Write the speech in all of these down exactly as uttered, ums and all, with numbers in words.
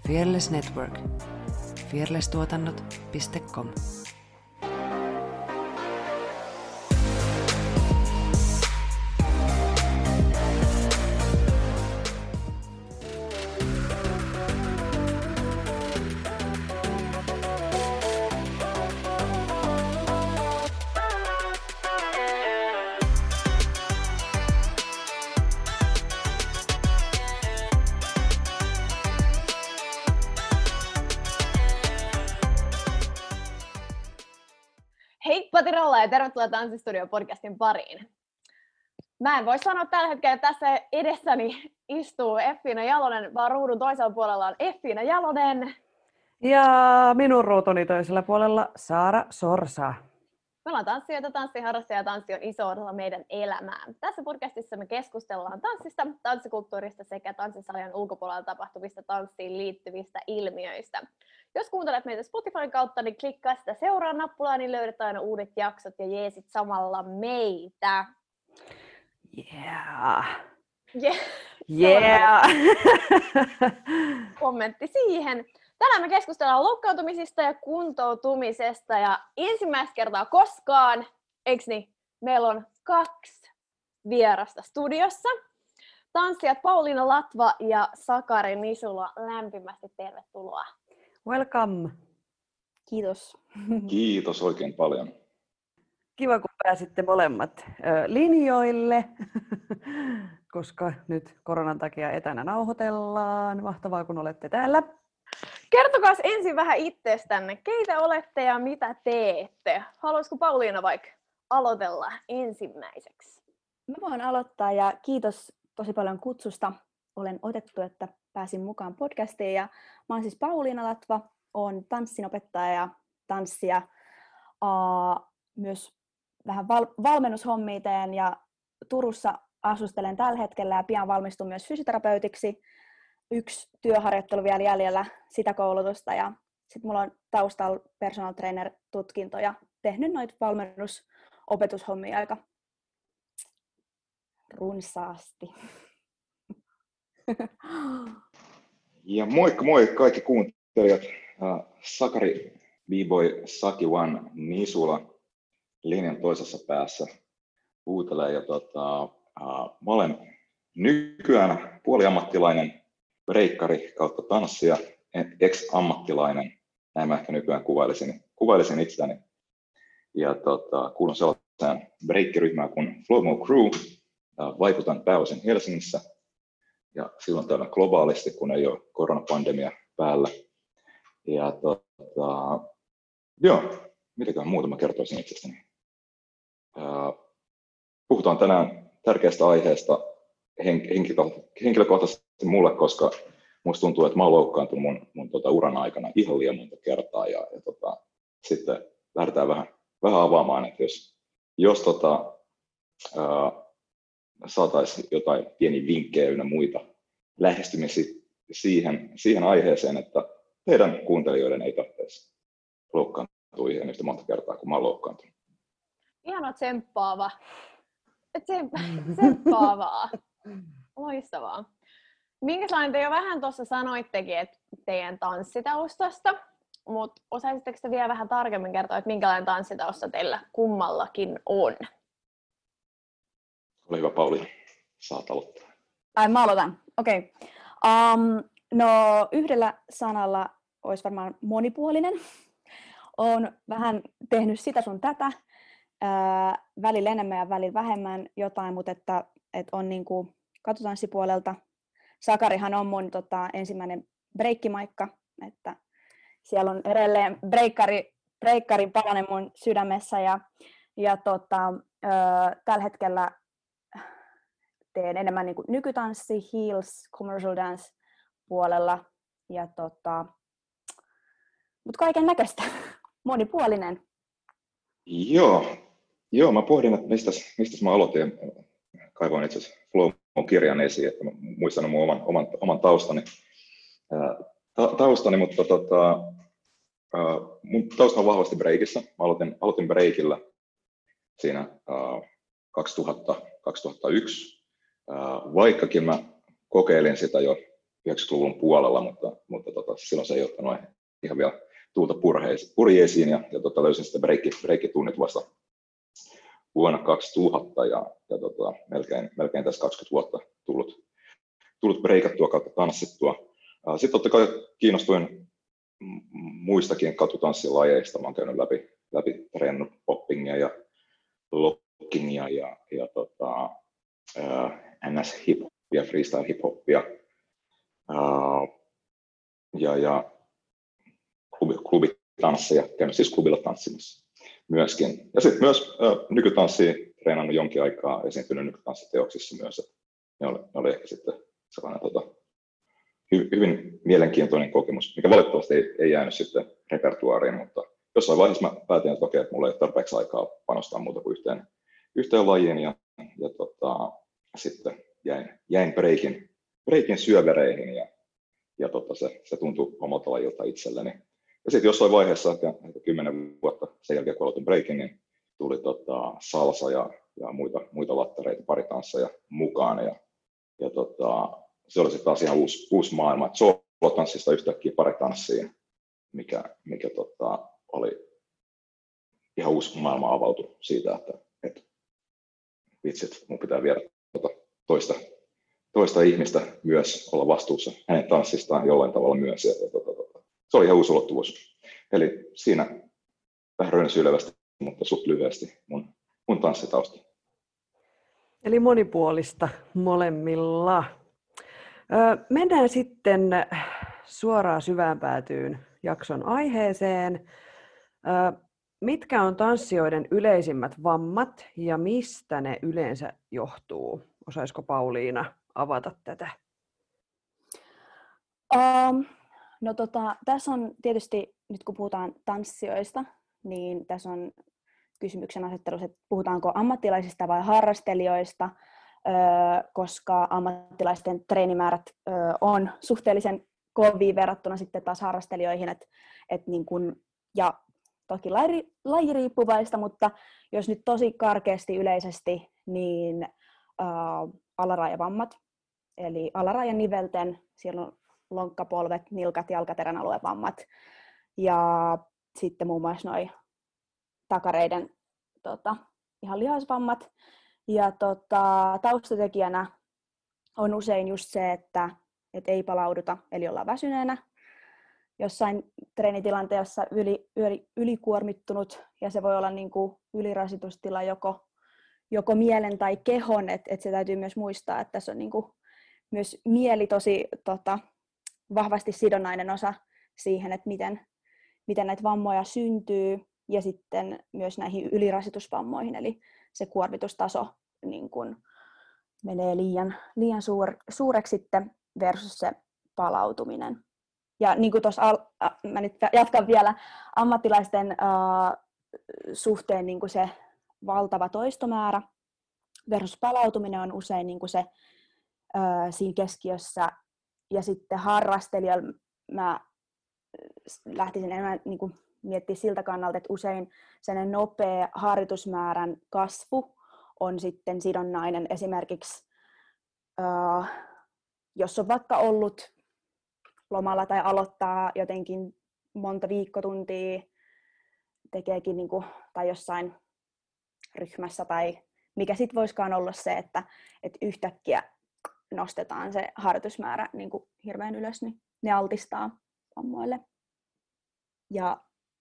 Fearless Network. fearless tuotannot piste com. Heippa Tirolla ja tervetuloa Tanssistudio-podcastin pariin. Mä en voi sanoa tällä hetkellä, että tässä edessäni istuu Effiina Jalonen, vaan ruudun toisella puolella on Effiina Jalonen. Ja minun ruutuni toisella puolella Saara Sorsa. Me ollaan tanssijoita, tanssiharrastajia ja tanssi on iso osa meidän elämää. Tässä podcastissa me keskustellaan tanssista, tanssikulttuurista sekä tanssisalien ulkopuolella tapahtuvista tanssiin liittyvistä ilmiöistä. Jos kuuntelet meitä Spotifyn kautta, niin klikkaa sitä seuraa nappulaa, niin löydät aina uudet jaksot ja jeesit samalla meitä. Yeah! Yeah! Yeah! Kommentti siihen. Tänään me keskustellaan loukkaantumisista ja kuntoutumisesta ja ensimmäistä kertaa koskaan, eiks niin, meillä on kaksi vierasta studiossa. Tanssijat Pauliina Latva ja Sakari Nisula, lämpimästi tervetuloa. Welcome. Kiitos. Kiitos oikein paljon. Kiva, kun pääsitte molemmat linjoille, koska nyt koronan takia etänä nauhoitellaan. Mahtavaa, kun olette täällä. Kertokaa ensin vähän itsestänne. Keitä olette ja mitä teette? Haluaisiko Pauliina vaikka aloitella ensimmäiseksi? Mä voin aloittaa ja kiitos tosi paljon kutsusta. Olen otettu, että pääsin mukaan podcastiin. Ja mä oon siis Pauliina Latva, oon tanssinopettaja ja tanssija. Uh, myös vähän val- valmennushommia teen ja Turussa asustelen tällä hetkellä ja pian valmistun myös fysioterapeutiksi. Yksi työharjoittelu vielä jäljellä sitä koulutusta ja sitten mulla on taustalla personal trainer tutkinto ja tehnyt noita valmennusopetushommia aika runsaasti. Ja moikka moi kaikki kuuntelijat. Sakari B-boy Saki One Nisula linjan toisessa päässä huutelee. Ja tota, mä olen nykyään puoliammattilainen breikkari kautta tanssija, ex-ammattilainen, näin mä ehkä nykyään kuvailisin, kuvailisin itseäni. Ja tota, kuulun sellaiseen breikkiryhmään kuin Flow Mo Crew, vaikutan pääosin Helsingissä ja silloin täällä globaalisti, kun ei ole koronapandemia päällä. Ja tota, joo, mitäkään muuta mä kertoisin itsestäni. Puhutaan tänään tärkeästä aiheesta henkilökohtaisesti mulle, koska musta tuntuu, että mä oon loukkaantunut mun, mun tota uran aikana ihan liian monta kertaa ja, ja tota, sitten lähdetään vähän, vähän avaamaan, että jos, jos tota, saataisiin jotain pieniä vinkkejä ynnä muita lähestymisiä siihen, siihen aiheeseen, että teidän kuuntelijoiden ei tarvitsisi loukkaantua ihan yhtä monta kertaa, kun mä oon loukkaantunut. Ihana tsemppaava. Tsemppaavaa. Loistavaa. Minkälainen te jo vähän tuossa sanoittekin, että teidän tanssitaustasta, mutta osaisitteko te vielä vähän tarkemmin kertoa, että minkälainen tanssitausta teillä kummallakin on? Ole hyvä, Pauliina. Saat aloittaa. Ai, mä aloitan. Okei. Okay. Um, no, yhdellä sanalla olisi varmaan monipuolinen. Olen vähän tehnyt sitä sun tätä. Ää, välillä enemmän ja välillä vähemmän jotain, mutta että, että on niin kuin katutanssipuolelta. Sakarihan on mun tota, ensimmäinen breikkimaikka, että siellä on edelleen breikkari, breikkarin palanen mun sydämessä ja, ja tota, ää, tällä hetkellä teen enemmän niin kuin nykytanssi, heels, commercial dance puolella ja tota, mutta kaiken näköistä, monipuolinen. Joo, joo, mä pohdin, että mistä, mistä mä aloitin. Kaivoin itse asiassa Flow-kirjan esiin, että mä muistan mun oman, oman, oman taustani, ta, taustani mutta tota, mun tausta on vahvasti breikissä. Mä aloitin, aloitin breikillä siinä kaksituhatta kaksituhattayksi, vaikkakin mä kokeilin sitä jo yhdeksänkymmentäluvun puolella, mutta, mutta tota, tota, silloin se ei ottanut ihan vielä tuulta purjeisiin ja, ja tota, löysin sitten breikki, breikkitunnit vasta vuonna kaksituhatta ja, ja tota, melkein, melkein tässä kaksikymmentä vuotta tullut, tullut breikattua kautta tanssittua. Sitten totta kai kiinnostuin muistakin katutanssilajeista. Mä oon käynyt läpi, läpi treenannut poppingia ja lockingia ja, ja tota, N S hip-hoppia, freestyle hip-hoppia ja, ja klubi, klubitansseja, käynyt siis klubilla tanssimassa myöskin. Ja sitten myös äh, nykytanssia treenannut jonkin aikaa, esiintynyt nykytanssiteoksissa myös. Et ne, oli, ne oli ehkä sitten sellainen tota, hy, hyvin mielenkiintoinen kokemus, mikä valitettavasti ei, ei jäänyt sitten repertuaariin, mutta jossain vaiheessa mä päätin, että okei, että mulla ei ole tarpeeksi aikaa panostaa muuta kuin yhteen, yhteen lajiin ja, ja tota, sitten jäin, jäin breikin, breikin syövereihin ja, ja tota, se, se tuntui omalta lajilta itselleni. Ja sitten jossain vaiheessa, ehkä, ehkä kymmenen vuotta sen jälkeen, kun aloitin breikin, niin tuli tota, salsa ja, ja muita, muita lattareita, paritansseja mukaan. Ja, ja tota, se oli sitten taas ihan uusi, uusi maailma. Soolotanssista yhtäkkiä paritanssiin, mikä, mikä tota, oli ihan uusi maailma avautui siitä, että, että vitsit, mun pitää viedä tota, toista, toista ihmistä myös olla vastuussa hänen tanssistaan jollain tavalla myös. Ja, tota, tota, se oli ihan uusi ulottuvuus. Eli siinä vähän rönsyilevästi, mutta suht lyhyesti mun, mun tanssitausta. Eli monipuolista molemmilla. Öö, mennään sitten suoraan syvään päätyyn jakson aiheeseen. Öö, mitkä on tanssijoiden yleisimmät vammat ja mistä ne yleensä johtuu? Osaisiko Pauliina avata tätä? Um, no tota, tässä on tietysti, nyt kun puhutaan tanssijoista, niin tässä on kysymyksen asettelussa, että puhutaanko ammattilaisista vai harrastelijoista, koska ammattilaisten treenimäärät on suhteellisen kovia verrattuna sitten taas harrastelijoihin, et, et niin kun, ja toki laji, lajiriippuvaista, mutta jos nyt tosi karkeasti yleisesti, niin ää, alarajavammat, eli alarajan nivelten, siellä on lonkkapolvet, nilkat, jalkaterän alueen vammat, ja sitten muun muassa noi takareiden tota, ihan lihasvammat. Ja tota, taustatekijänä on usein just se, että et ei palauduta, eli ollaan väsyneenä. Jossain treenitilanteessa yli, yli, ylikuormittunut, ja se voi olla niinku ylirasitustila joko, joko mielen tai kehon, että et se täytyy myös muistaa, että tässä on niinku myös mieli tosi tota, vahvasti sidonnainen osa siihen, että miten, miten näitä vammoja syntyy, ja sitten myös näihin ylirasitusvammoihin, eli se kuormitustaso niin kun menee liian, liian suur, suureksi sitten versus se palautuminen. Ja niin kuin tuossa, mä nyt jatkan vielä, ammattilaisten uh, suhteen niin kuin se valtava toistomäärä versus palautuminen on usein niin kuin se uh, siinä keskiössä. Ja sitten harrastelijoilla mä lähtisin enemmän niin kuin miettiä siltä kannalta, että usein sellainen nopea harjoitusmäärän kasvu on sitten sidonnainen esimerkiksi, uh, jos on vaikka ollut lomalla tai aloittaa jotenkin monta viikkotuntia, tekeekin niin kuin, tai jossain ryhmässä, tai mikä sitten voisikaan olla se, että, että yhtäkkiä nostetaan se harjoitusmäärä niin kuin hirveän ylös, niin ne altistaa vammoille. Ja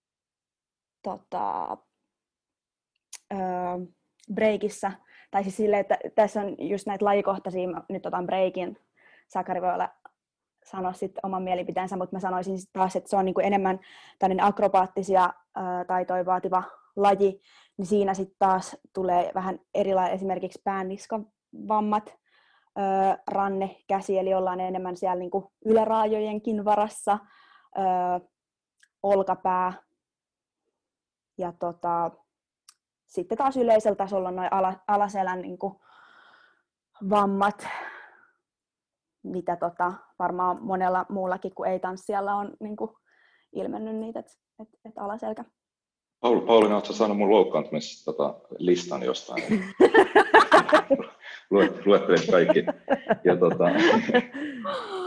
tota, öö, breikissä, tai siis silleen, että tässä on just näitä lajikohtaisia, nyt otan breikin, Sakari voi olla sanoa sitten oman mielipiteensä, mutta mä sanoisin taas, että se on niinku enemmän tämmöinen akrobaattisia ää, taitoja vaativa laji, niin siinä sitten taas tulee vähän erilaisia esimerkiksi päänniskavammat, ää, ranne, käsi, eli ollaan enemmän siellä niinku yläraajojenkin varassa, ää, olkapää, ja tota, sitten taas yleisellä tasolla on noin ala, alaselän niinku vammat, mitä tota, varmaan monella muullakin kuin ei-tanssijalla on niin kuin ilmennyt niitä, että et, et alaselkä. Paul, Pauliina, oletko saanut mun loukkaantumisesta tota, listan jostain? Luet, luettelin kaikki. Ja, tota,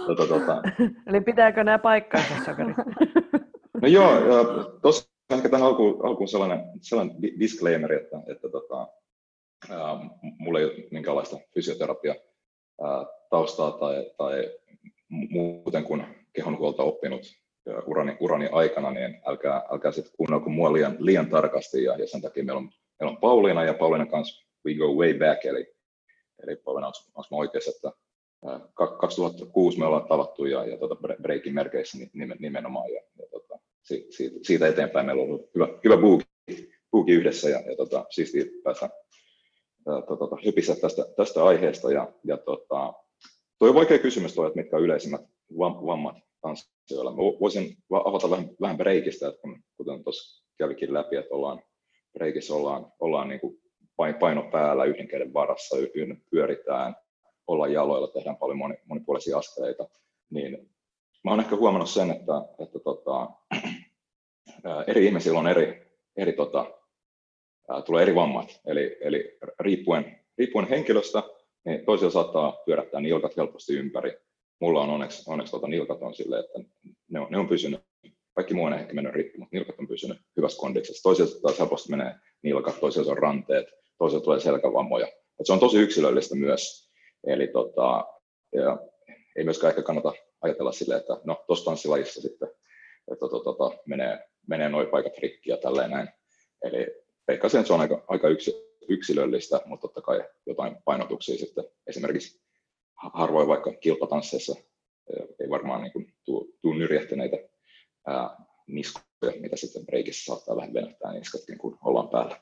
Tota, tota. Eli pitääkö nämä paikkansa, Sakari? No joo, tuossa ehkä tähän alkuun, alkuun sellainen, sellainen disclaimer, että, että tota, ää, mulla ei ole minkäänlaista fysioterapia ää, taustaa tai, tai muuten kuin kehonhuolta oppinut urani, urani aikana, niin älkää, älkää sitten kuunnelko mua liian, liian tarkasti, ja, ja sen takia meillä on, meillä on Pauliina, ja Pauliina kanssa we go way back, eli, eli Pauliina, onko mä oikeassa, että kaksituhattakuusi me ollaan tavattu, ja, ja tuota breakin merkeissä nimenomaan, ja, ja tota, siitä, siitä eteenpäin meillä on ollut hyvä, hyvä buuki, buuki yhdessä, ja, ja tota, siistiä päästä tota, hypissä tästä, tästä aiheesta, ja, ja tota, tuo on vaikea kysymys tuo, että mitkä on yleisimmät vammat tanssijoilla. Mä voisin avata vähän, vähän breikistä, että kun, kuten tuossa kävikin läpi, että ollaan breikissä ollaan, ollaan niin kuin paino päällä, yhden käden varassa, yhden pyöritään, ollaan jaloilla, tehdään paljon moni, monipuolisia askeleita, niin mä oon ehkä huomannut sen, että, että tota, eri ihmisillä on eri, eri tota, ää, tulee eri vammat, eli, eli riippuen, riippuen henkilöstä, niin toisilla saattaa pyörättää nilkat helposti ympäri. Mulla on onneksi, onneksi tota, nilkat on silleen, että ne on, ne on pysynyt, kaikki muu on ehkä mennyt rikki, mutta nilkat on pysynyt hyvässä kondiksessa. Toisilla taas helposti menee nilkat, toisilla on ranteet, toisilla tulee selkävammoja. Et se on tosi yksilöllistä myös. Eli tota, ja ei myöskään ehkä kannata ajatella silleen, että no tuossa tanssilajissa sitten että, tota, tota, menee, menee nuo paikat rikki ja tälleen näin. Eli veikkaisin, että se on aika, aika yksi, yksilöllistä, mutta totta kai jotain painotuksia sitten esimerkiksi harvoin vaikka kilpatansseissa ei varmaan niin kuin tuu, tuu nyrjähtäneitä ää, niskoja, mitä sitten breikissä saattaa vähän venähtää niskatkin, kun ollaan päällä.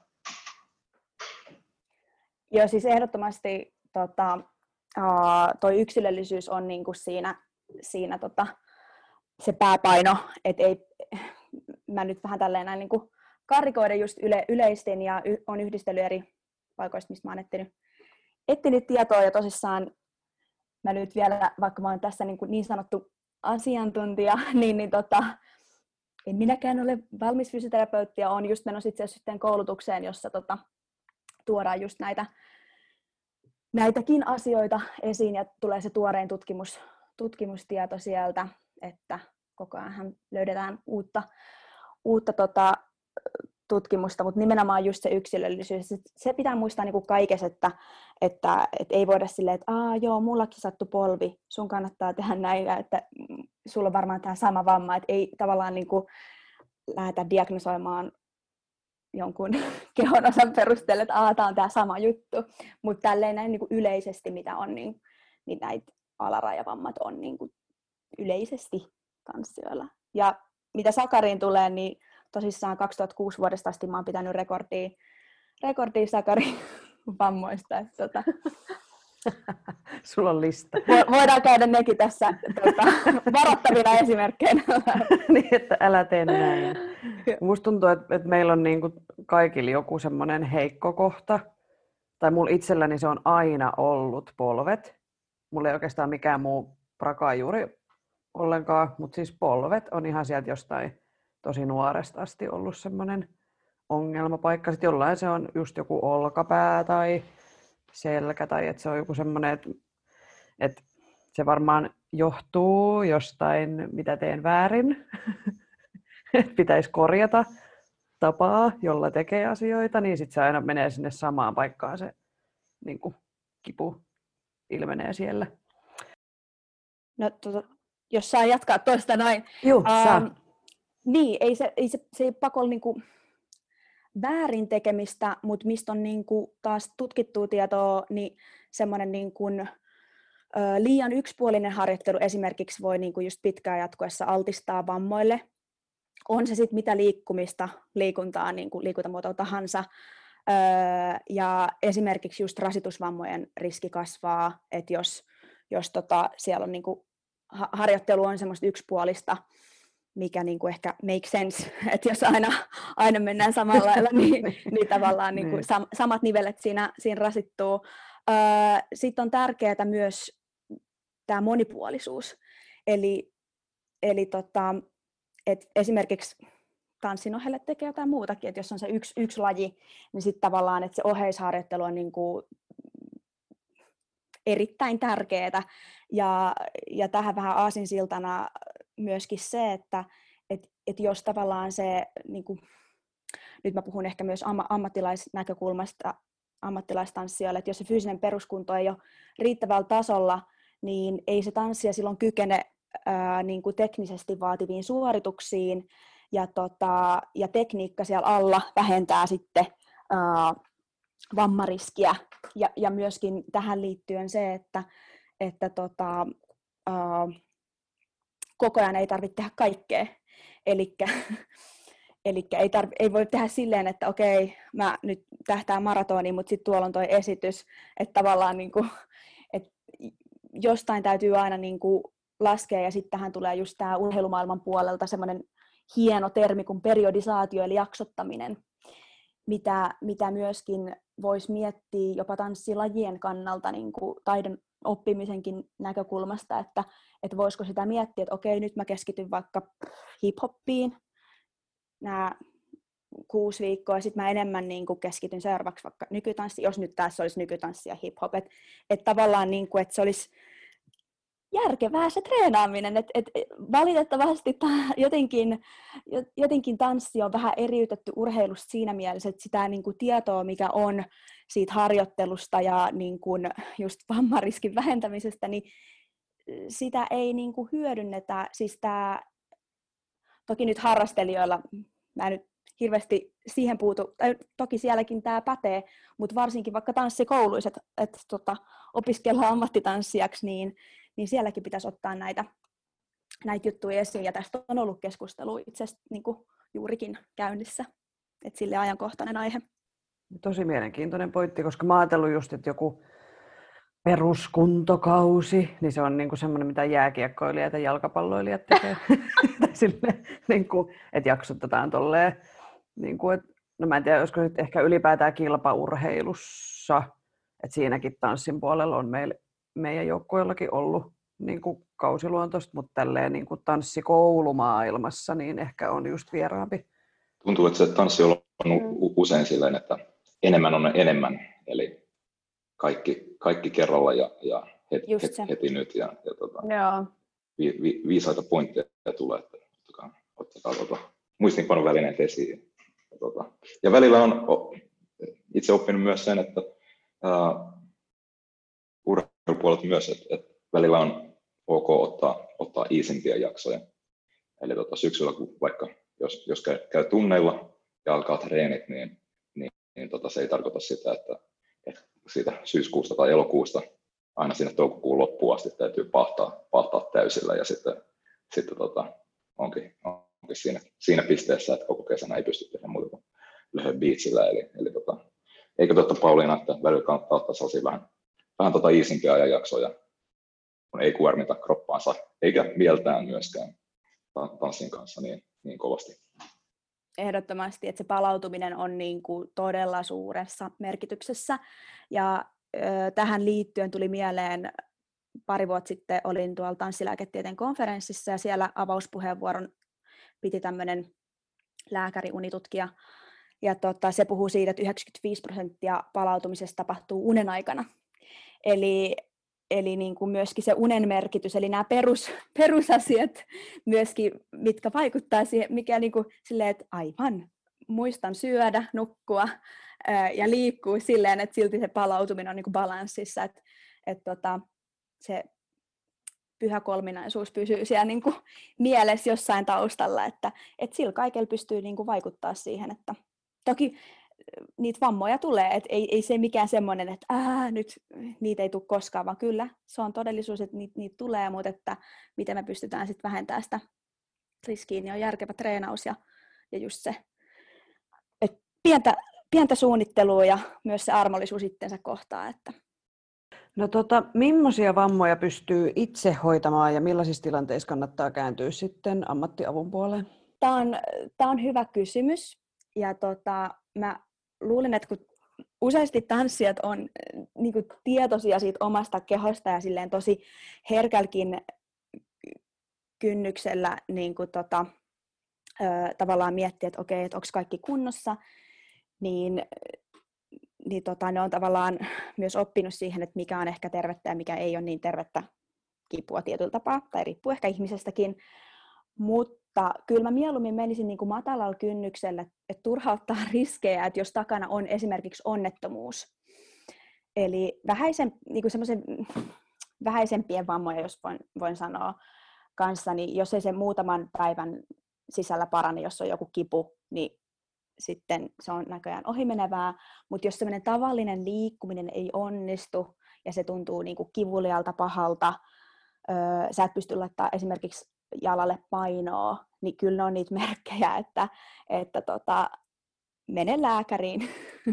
Joo, siis ehdottomasti tota, uh, toi yksilöllisyys on niinku siinä, siinä tota, se pääpaino, että ei, mä nyt vähän tälleen näin niinku karikoida just yle, yleistin ja y, on yhdistellyt eri paikoista, mistä mä oon etsinyt, etsinyt tietoa ja tosissaan mä nyt vielä, vaikka mä oon tässä niin, niin sanottu asiantuntija, niin, niin tota, en minäkään ole valmis fysioterapeutti ja oon just menossa itse asiassa sitten koulutukseen, jossa tota, tuodaan just näitä, näitäkin asioita esiin ja tulee se tuorein tutkimus, tutkimustieto sieltä, että koko ajan löydetään uutta, uutta tota, tutkimusta, mutta nimenomaan just se yksilöllisyys. Se pitää muistaa niin kuin kaikessa, että, että, että ei voida silleen, että Aa, joo, mullakin sattui polvi, sun kannattaa tehdä näin, että sulla on varmaan tämä sama vamma, että ei tavallaan niin kuin lähdetä diagnosoimaan jonkun kehonosan perusteella, että Aa, tämä on tämä sama juttu, mutta tälleen näin niin kuin yleisesti, mitä on, niin, niin näitä alarajavammat on niin kuin yleisesti tanssijoilla. Ja mitä Sakariin tulee, niin tosissaan kaksituhattakuusi vuodesta asti mä oon pitänyt rekordia, rekordia Sakarin vammoista. Että, tota, Sulla on lista. Voidaan käydä nekin tässä tota, varoittavina esimerkkeinä. Niin, että älä tee näin. Musta tuntuu, että, että meillä on niin kuin kaikilla joku semmoinen heikko kohta. Tai mulla itselläni se on aina ollut polvet. Mulla ei oikeastaan mikään muu prakaa juuri ollenkaan, mutta siis polvet on ihan sieltä jostain tosi nuoresta asti ollut semmoinen ongelmapaikka. Sitten jollain se on just joku olkapää tai selkä tai että se on joku semmoinen, että, että se varmaan johtuu jostain, mitä teen väärin. Pitäisi korjata tapaa, jolla tekee asioita, niin sitten se aina menee sinne samaan paikkaan, se niin kuin, kipu ilmenee siellä. No, tuota, jos saa jatkaa toista noin. Joo, saa. Um, niin, ei se, ei se, se ei pakolla niinku väärin tekemistä, mutta mistä on niinku taas tutkittua tietoa, niin semmoinen niinku, ö, liian yksipuolinen harjoittelu esimerkiksi voi niinku just pitkään jatkuessa altistaa vammoille. On se sitten mitä liikkumista, liikuntaa, niinku liikuntamuotoa tahansa. Öö, ja esimerkiksi just rasitusvammojen riski kasvaa, että jos, jos tota, siellä on niinku, ha- harjoittelu on semmoista yksipuolista, mikä niinku ehkä make sense, että jos aina, aina mennään samalla lailla, niin, niin tavallaan niinku sam- samat nivelet siinä, siinä rasittuu. Öö, sitten on tärkeää myös tämä monipuolisuus. Eli, eli tota, et esimerkiksi tanssin ohelle tekee jotain muutakin, että jos on se yksi, yksi laji, niin sitten tavallaan, että se oheisharjoittelu on niinku, erittäin tärkeää. Ja, ja tähän vähän aasinsiltana myöskin se, että et, et jos tavallaan se, niin kuin, nyt mä puhun ehkä myös amma, ammattilaisnäkökulmasta ammattilaistanssijoille, että jos se fyysinen peruskunto ei ole riittävällä tasolla, niin ei se tanssija silloin kykene ää, niin kuin teknisesti vaativiin suorituksiin, ja, tota, ja tekniikka siellä alla vähentää sitten ää, vammariskiä. Ja, ja myöskin tähän liittyen se, että, että tota, ää, koko ajan ei tarvitse tehdä kaikkea. Elikkä, elikkä ei, tarv- ei voi tehdä silleen, että okei, mä nyt tähtään maratoniin, mutta sitten tuolla on toi esitys, että tavallaan niin kuin, että jostain täytyy aina niin kuin laskea, ja sitten tähän tulee just tämä urheilumaailman puolelta semmoinen hieno termi kuin periodisaatio, eli jaksottaminen, mitä, mitä myöskin voisi miettiä jopa tanssilajien kannalta niin kuin taidon oppimisenkin näkökulmasta, että, että voisiko sitä miettiä, että okei, nyt mä keskityn vaikka hip-hoppiin nämä kuusi viikkoa, ja sitten mä enemmän niin kuin keskityn seuraavaksi vaikka nykytanssi, jos nyt tässä olisi nykytanssi ja hip-hop, että et tavallaan niin kuin, että se olisi järkevää se treenaaminen, että et, valitettavasti tää jotenkin, jotenkin tanssi on vähän eriytetty urheilusta siinä mielessä, että sitä niin kuin tietoa, mikä on siitä harjoittelusta ja niin kuin just vammariskin vähentämisestä, niin sitä ei niin kuin hyödynnetä. Siis tää, toki nyt harrastelijoilla, mä nyt hirveästi siihen puutu, tai toki sielläkin tämä pätee, mutta varsinkin vaikka tanssikouluissa, että et, tota, opiskellaan ammattitanssijaksi, niin niin sielläkin pitäisi ottaa näitä, näitä juttuja esiin, ja tästä on ollut keskustelua itse asiassa niin kuin juurikin käynnissä, että sille ajankohtainen aihe. Tosi mielenkiintoinen pointti, koska mä ajattelin just, että joku peruskuntokausi, niin se on niinku semmoinen, mitä jääkiekkoilijat ja jalkapalloilijat tekee. Tai silleen, niinku, että jaksotetaan tolleen, niinku, et, no mä en tiedä, olisiko nyt ehkä ylipäätään kilpaurheilussa, että siinäkin tanssin puolella on meillä meidän joukkueellakin ollut niin kuin kausiluontoista, mutta tälleen niin kuin tanssikoulumaailmassa niin ehkä on just vieraampi. Tuntuu, että se tanssi on usein silleen, että enemmän on enemmän, eli kaikki, kaikki kerralla ja, ja heti, heti, heti nyt. Ja, ja tota, vi, vi, viisaita pointteja tulee, että ottakaa, ottakaa tota, muistinpanovälineet esiin. Ja, tota, ja välillä on itse oppinut myös sen, että ää, urheilupuolelta myös, että, että välillä on ok ottaa, ottaa iisimpiä jaksoja. Eli tota, syksyllä, kun vaikka jos, jos käy, käy tunneilla ja alkaa treenit, niin, niin, niin tota, se ei tarkoita sitä, että, että siitä syyskuusta tai elokuusta aina sinne toukokuun loppuun asti täytyy pahtaa, pahtaa täysillä, ja sitten, sitten tota, onkin, onkin siinä, siinä pisteessä, että koko kesänä ei pysty tehdä muuta kuin lyhyen beachillä. Eli, eli tota, eikö totta Pauliina, että välillä kannattaa ottaa sellaisia vähän vähän tota iisimpiä ajanjaksoja, kun ei kuormita kroppaansa, eikä mieltään myöskään tanssin kanssa niin, niin kovasti. Ehdottomasti, että se palautuminen on niin kuin todella suuressa merkityksessä. Ja ö, tähän liittyen tuli mieleen, pari vuotta sitten olin tuolla tanssilääketieteen konferenssissa, ja siellä avauspuheenvuoron piti tämmöinen lääkäri-unitutkija. Ja tota, se puhuu siitä, että yhdeksänkymmentäviisi prosenttia palautumisesta tapahtuu unen aikana. Eli, eli niin kuin myöskin se unen merkitys, eli nämä perus, perusasiat myöskin, mitkä vaikuttaa siihen, mikä niin kuin silleen, että aivan, muistan syödä, nukkua ää, ja liikkua silleen, että silti se palautuminen on niin kuin balanssissa, että, että tota, se pyhä kolminaisuus pysyy siellä niin kuin mielessä jossain taustalla, että, että sillä kaikella pystyy niin kuin vaikuttaa siihen, että toki niitä vammoja tulee, että ei, ei se mikään semmoinen, että ää, nyt niitä ei tule koskaan, vaan kyllä se on todellisuus, että niitä, niitä tulee, mutta että miten me pystytään sitten vähentämään sitä riskiä, niin on järkevä treenaus ja, ja just se, että pientä, pientä suunnittelua ja myös se armollisuus itsensä kohtaan. Että. No tota, millaisia vammoja pystyy itse hoitamaan ja millaisissa tilanteissa kannattaa kääntyä sitten ammattiavun puoleen? Tämä on, tämä on hyvä kysymys, ja tota, mä luulen, että kun useasti tanssijat on niin kuin tietoisia siitä omasta kehosta ja silleen tosi herkälläkin kynnyksellä niin kuin tota, ö, tavallaan miettiä, että okei, että onko kaikki kunnossa, niin, niin tota, ne on tavallaan myös oppinut siihen, että mikä on ehkä tervettä ja mikä ei ole niin tervettä kipua tietyllä tapaa, tai riippuu ehkä ihmisestäkin. Mutta kyllä mä mieluummin menisin niin kuin matalalla kynnyksellä, että turha ottaa riskejä, että jos takana on esimerkiksi onnettomuus. Eli vähäisen, niin kuin semmoisen vähäisempien vammoja, jos voin, voin sanoa kanssa, niin jos ei se muutaman päivän sisällä parane, jos on joku kipu, niin sitten se on näköjään ohimenevää. Mutta jos semmoinen tavallinen liikkuminen ei onnistu ja se tuntuu niin kuin kivulialta, pahalta, öö, sä et pysty laittaa esimerkiksi jalalle painoa, niin kyllä ne on niitä merkkejä, että, että tota, mene lääkäriin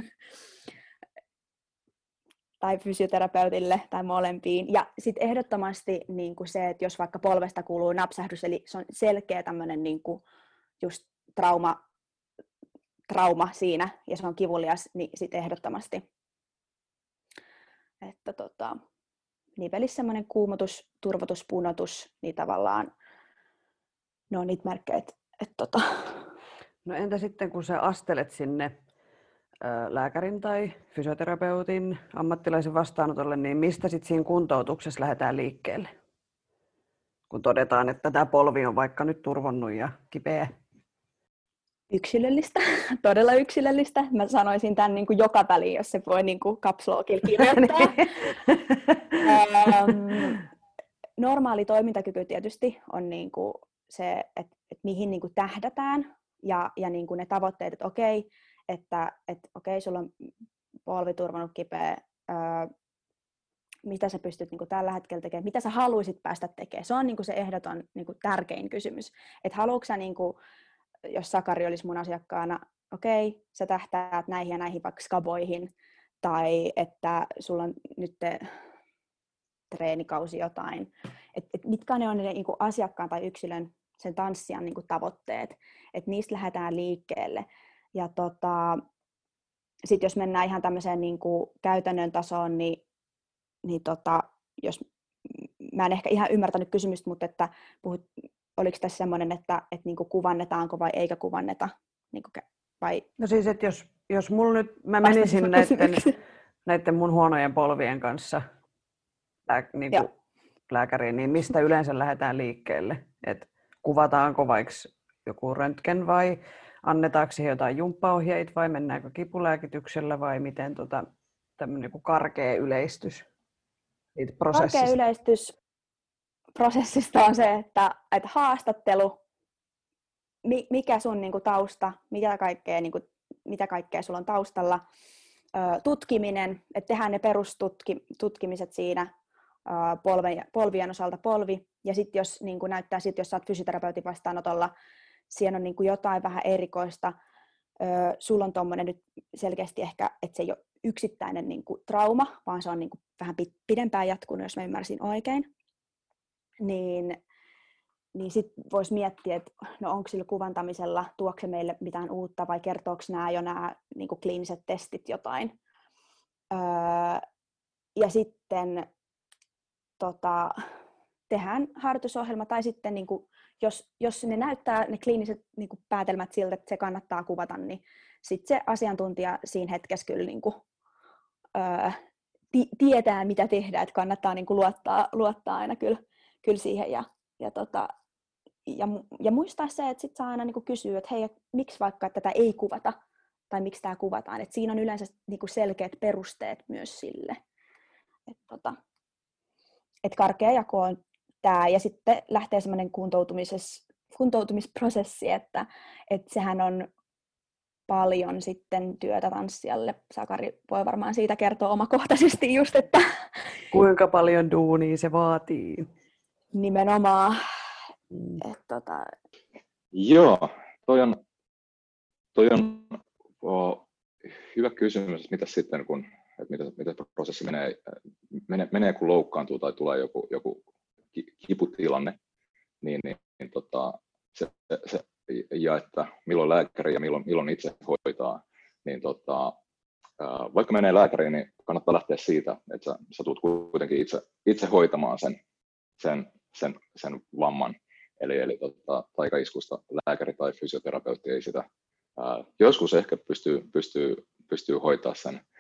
tai fysioterapeutille tai molempiin. Ja sitten ehdottomasti niin kuin se, että jos vaikka polvesta kuuluu napsahdus, eli se on selkeä tämmöinen niin kuin just trauma, trauma siinä ja se on kivulias, niin sitten ehdottomasti. Että tota, nivelissä semmoinen kuumotus, turvotus, punotus, niin tavallaan ne on niitä merkkejä, että et tota. No entä sitten, kun sä astelet sinne ää, lääkärin tai fysioterapeutin ammattilaisen vastaanotolle, niin mistä sitten siinä kuntoutuksessa lähdetään liikkeelle? Kun todetaan, että tämä polvi on vaikka nyt turvonnut ja kipeä. Yksilöllistä, todella yksilöllistä. Mä sanoisin tämän niin kuin joka väliin, jos se voi niin kuin caps lockilla kirjoittaa. um, normaali toimintakyky tietysti on niin kuin se, että, että mihin niin kuin tähdätään ja, ja niin kuin ne tavoitteet, että okei, että, että okei, sulla on polvi turvonnut kipeä, öö, mitä sä pystyt niin kuin tällä hetkellä tekemään, mitä sä haluaisit päästä tekemään. Se on niin kuin se ehdoton niin kuin tärkein kysymys. Että haluatko sä, niin kuin, jos Sakari olisi mun asiakkaana, okei, sä tähtäät näihin ja näihin vaikka skaboihin, tai että sulla on nyt treenikausi jotain. Et, et mitkä ne on ne niin kuin asiakkaan tai yksilön, sen tanssijan niin kuin tavoitteet. Että niistä lähdetään liikkeelle. Ja tota, sitten jos mennään ihan tämmöiseen niin kuin käytännön tasoon, niin, niin tota, jos, mä en ehkä ihan ymmärtänyt kysymystä, mutta että puhut, oliko tässä semmoinen, että, että niin kuin kuvannetaanko vai eikä kuvanneta? Niin kuin, vai... No siis, että jos, jos mulla nyt, mä menisin näiden, näiden mun huonojen polvien kanssa lää, niin kuin lääkäriin, niin mistä yleensä lähdetään liikkeelle? Et kuvataanko vaikka joku röntgen vai annetaanko siihen jotain jumppaohjeita vai mennäänkö kipulääkityksellä vai miten tota, tämmöinen niin karkea yleistys prosessista? Karkea yleistys prosessista on se, että, että haastattelu, mikä sun niin kuin, tausta, mitä kaikkea, niin kuin, mitä kaikkea sulla on taustalla, tutkiminen, että tehdään ne perustutkimiset siinä polven, polvien osalta polvi, ja sitten jos niin kuin näyttää, sit, jos sä oot fysioterapeutin vastaanotolla, siinä on niin kuin jotain vähän erikoista, sulla on tommonen nyt selkeästi ehkä, että se ei ole yksittäinen niin kuin trauma, vaan se on niin kuin vähän pidempään jatkunut, jos mä ymmärsin oikein, niin, niin sitten voisi miettiä, että no onko sillä kuvantamisella, tuokse meille mitään uutta vai kertooko nämä jo nämä niin kuin kliiniset testit jotain. Öö, ja sitten tota, tehdään harjoitusohjelma tai sitten niin kuin, jos, jos ne näyttää ne kliiniset niin kuin päätelmät siltä, että se kannattaa kuvata, niin sitten se asiantuntija siinä hetkessä kyllä niin kuin, öö, ti- tietää, mitä tehdään, että kannattaa niin kuin luottaa, luottaa aina kyllä, kyllä siihen ja, ja, tota, ja, ja muistaa se, että sit saa aina niin kuin kysyä, että hei, et miksi vaikka tätä ei kuvata tai miksi tämä kuvataan, että siinä on yleensä niin kuin selkeät perusteet myös sille, että tota, et karkea jako on tämä ja sitten lähtee semmoinen kuntoutumisprosessi, että, että sehän on paljon sitten työtä tanssijalle. Sakari voi varmaan siitä kertoa omakohtaisesti just, että kuinka paljon duunia se vaatii. Nimenomaan. Mm. Et, tota... Joo, toi on, toi on oh, hyvä kysymys, että mitä sitten, kun, että mitä, mitä prosessi menee, menee, menee, kun loukkaantuu tai tulee joku, joku kiputilanne, niin, niin, niin tota, se, se, ja että milloin lääkäri ja milloin, milloin itse hoitaa, niin tota, vaikka menee lääkäriin, niin kannattaa lähteä siitä, että sä, sä tulet kuitenkin itse, itse hoitamaan sen, sen, sen, sen vamman. Eli, eli tota, taikaiskusta lääkäri tai fysioterapeutti ei sitä ää, joskus ehkä pystyy, pystyy, pystyy hoitaa sen,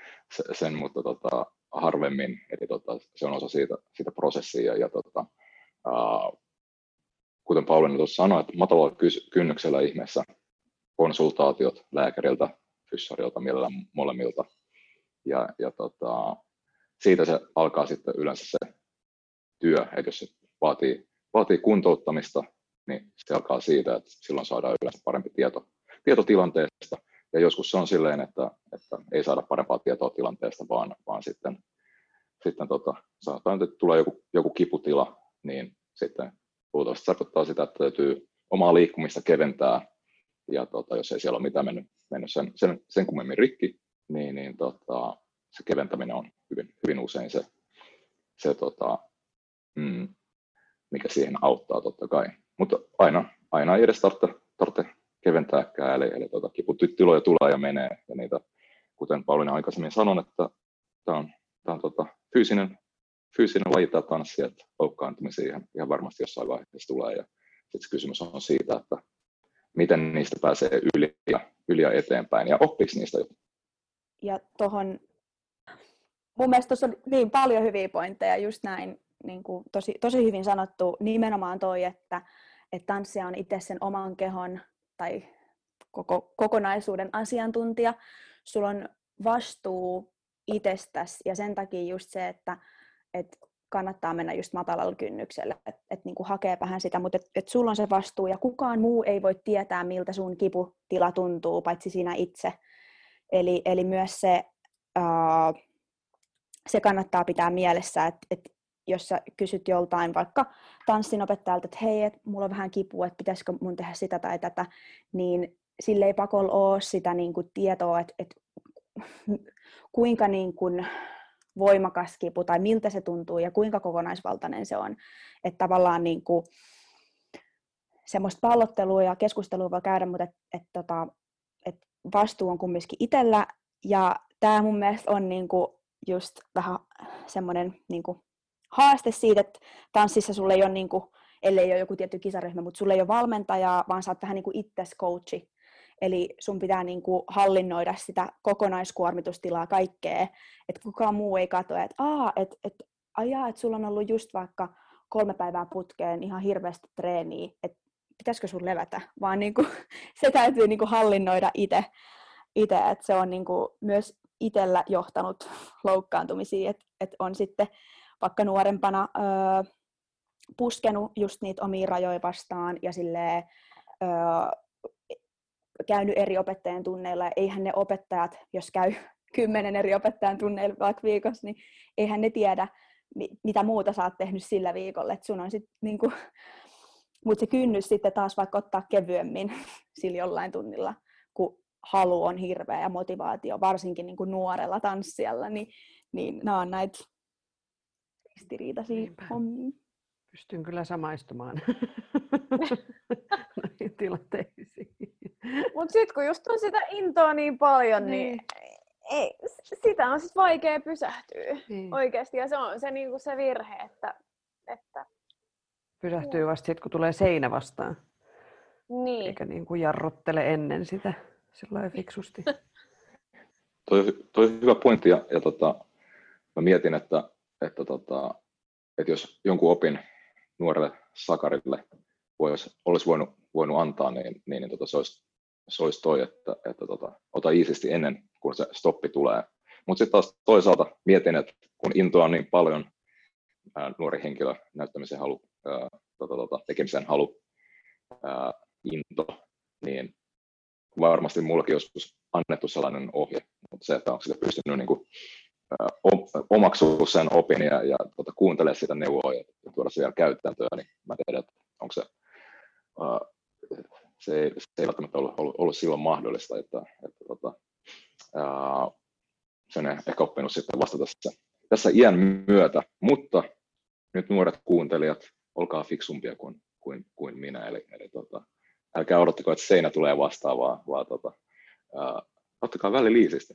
sen, mutta tota, harvemmin. Eli tota, se on osa siitä, siitä prosessia. Ja, tota, ää, kuten Pauliina tuossa sanoi, että matalalla kynnyksellä ihmeessä konsultaatiot lääkäriltä, fyssarilta, mielellään molemmilta. Ja, ja tota, siitä se alkaa sitten yleensä se työ, että jos se vaatii, vaatii kuntouttamista, niin se alkaa siitä, että silloin saadaan yleensä parempi tieto, tieto tilanteesta. Ja joskus se on silleen, että, että ei saada parempaa tietoa tilanteesta, vaan, vaan sitten, sitten tota, sanotaan, että tulee joku, joku kiputila, niin sitten luultavasti tarkoittaa sitä, että täytyy omaa liikkumista keventää. Ja tota, jos ei siellä ole mitään mennyt, mennyt sen, sen, sen kummemmin rikki, niin, niin tota, se keventäminen on hyvin, hyvin usein se, se tota, mm, mikä siihen auttaa totta kai. Mutta aina, aina ei edes tarvitse, tarvitse keventääkään, eli, eli tota, kiputiloja tulee ja menee. Ja niitä, kuten Pauliina aikaisemmin sanoi, että tämä on, tää on tota, fyysinen, fyysinen laji tämä tanssi, että loukkaantumisia ihan, ihan varmasti jossain vaiheessa tulee. Ja sitten se kysymys on siitä, että miten niistä pääsee yli ja, yli ja eteenpäin ja oppiksi niistä. Ja tohon, mun mielestä tuossa on niin paljon hyviä pointteja, just näin, niin kuin tosi, tosi hyvin sanottu, nimenomaan toi, että, että tanssija on itse sen oman kehon tai koko, kokonaisuuden asiantuntija. Sulla on vastuu itsestäsi ja sen takia just se, että, että kannattaa mennä just matalalla kynnyksellä, että et niinku hakee vähän sitä, mutta että et sulla on se vastuu ja kukaan muu ei voi tietää, miltä sun kiputila tuntuu, paitsi sinä itse. Eli, eli myös se, uh, se kannattaa pitää mielessä, että et jos sä kysyt joltain vaikka tanssinopettajalta, että hei, et mulla on vähän kipua, että pitäisikö mun tehdä sitä tai tätä, niin sille ei pakolla ole sitä niinku tietoa, että et, kuinka niinku voimakas kipu tai miltä se tuntuu ja kuinka kokonaisvaltainen se on. Että tavallaan niin kuin semmoista pallottelua ja keskustelua voi käydä, mutta et, et, tota, et vastuu on kumminkin itsellä. Ja tämä mun mielestä on niin kuin just vähän semmoinen niin kuin haaste siitä, että tanssissa sulle ei ole, niin kuin, ellei ole joku tietty kisaryhmä, mutta sulle ei ole valmentajaa, vaan sä oot vähän niin kuin itses coachi. Eli sun pitää niin kuin hallinnoida sitä kokonaiskuormitustilaa kaikkea, että kukaan muu ei katso, että aah, että et, ajaa, että sulla on ollut just vaikka kolme päivää putkeen ihan hirveästi treeniä, että pitäisikö sun levätä, vaan niin kuin, se täytyy niin kuin hallinnoida itse, että se on niin kuin myös itsellä johtanut loukkaantumisiin, että et on sitten vaikka nuorempana öö, puskenut just niitä omia rajoja vastaan ja silleen, öö, käynyt eri opettajien tunneilla, ja eihän ne opettajat, jos käy kymmenen eri opettajan tunneilla vaikka viikossa, niin eihän ne tiedä, mitä muuta sä oot tehnyt sillä viikolla. Et sun on sit, niinku, mutta se kynnys sitten taas vaikka ottaa kevyemmin sillä jollain tunnilla, kun halu on hirveä ja motivaatio, varsinkin niinku nuorella tanssijalla, niin, niin nämä on näitä ristiriitaisia hommia. Pystyn kyllä samaistumaan noihin tilanteisiin. Mutta sitten kun just on sitä intoa niin paljon, niin, niin ei, sitä on sit vaikea pysähtyä niin oikeasti. Ja se on se, niinku se virhe, että... että... Pysähtyy vasta sitten, kun tulee seinä vastaan. Niin. Eikä niin kuin jarruttele ennen sitä sellainen fiksusti. Toi, toi on hyvä pointti. Ja, ja tota, mä mietin, että, että, tota, että jos jonkun opin nuorelle sakarille vois, olisi voinut, voinut antaa, niin, niin, niin tota, se, olisi, se olisi toi, että, että tota, ota iisisti ennen kuin se stoppi tulee. Mutta sitten taas toisaalta mietin, että kun intoa on niin paljon, ää, nuori henkilö, näyttämisen halu, ää, tota, tota, tekemisen halu, ää, into, niin varmasti mullakin joskus annettu sellainen ohje, mutta se, että onko sitä pystynyt niin kuin, ää, omaksua sen opin ja, ja tota, kuuntelemaan sitä neuvoa ja tuoda se vielä käytäntöön, niin mä tiedän, että onko se, ää, se, ei, se ei välttämättä ollut, ollut, ollut silloin mahdollista, että, että tota, ää, sen on ehkä oppinut sitten vasta tässä, tässä iän myötä, mutta nyt nuoret kuuntelijat, olkaa fiksumpia kuin, kuin, kuin minä, eli, eli tota, älkää odottako, että seinä tulee vastaan, vaan, vaan tota, ää, ottakaa välillä liisisti.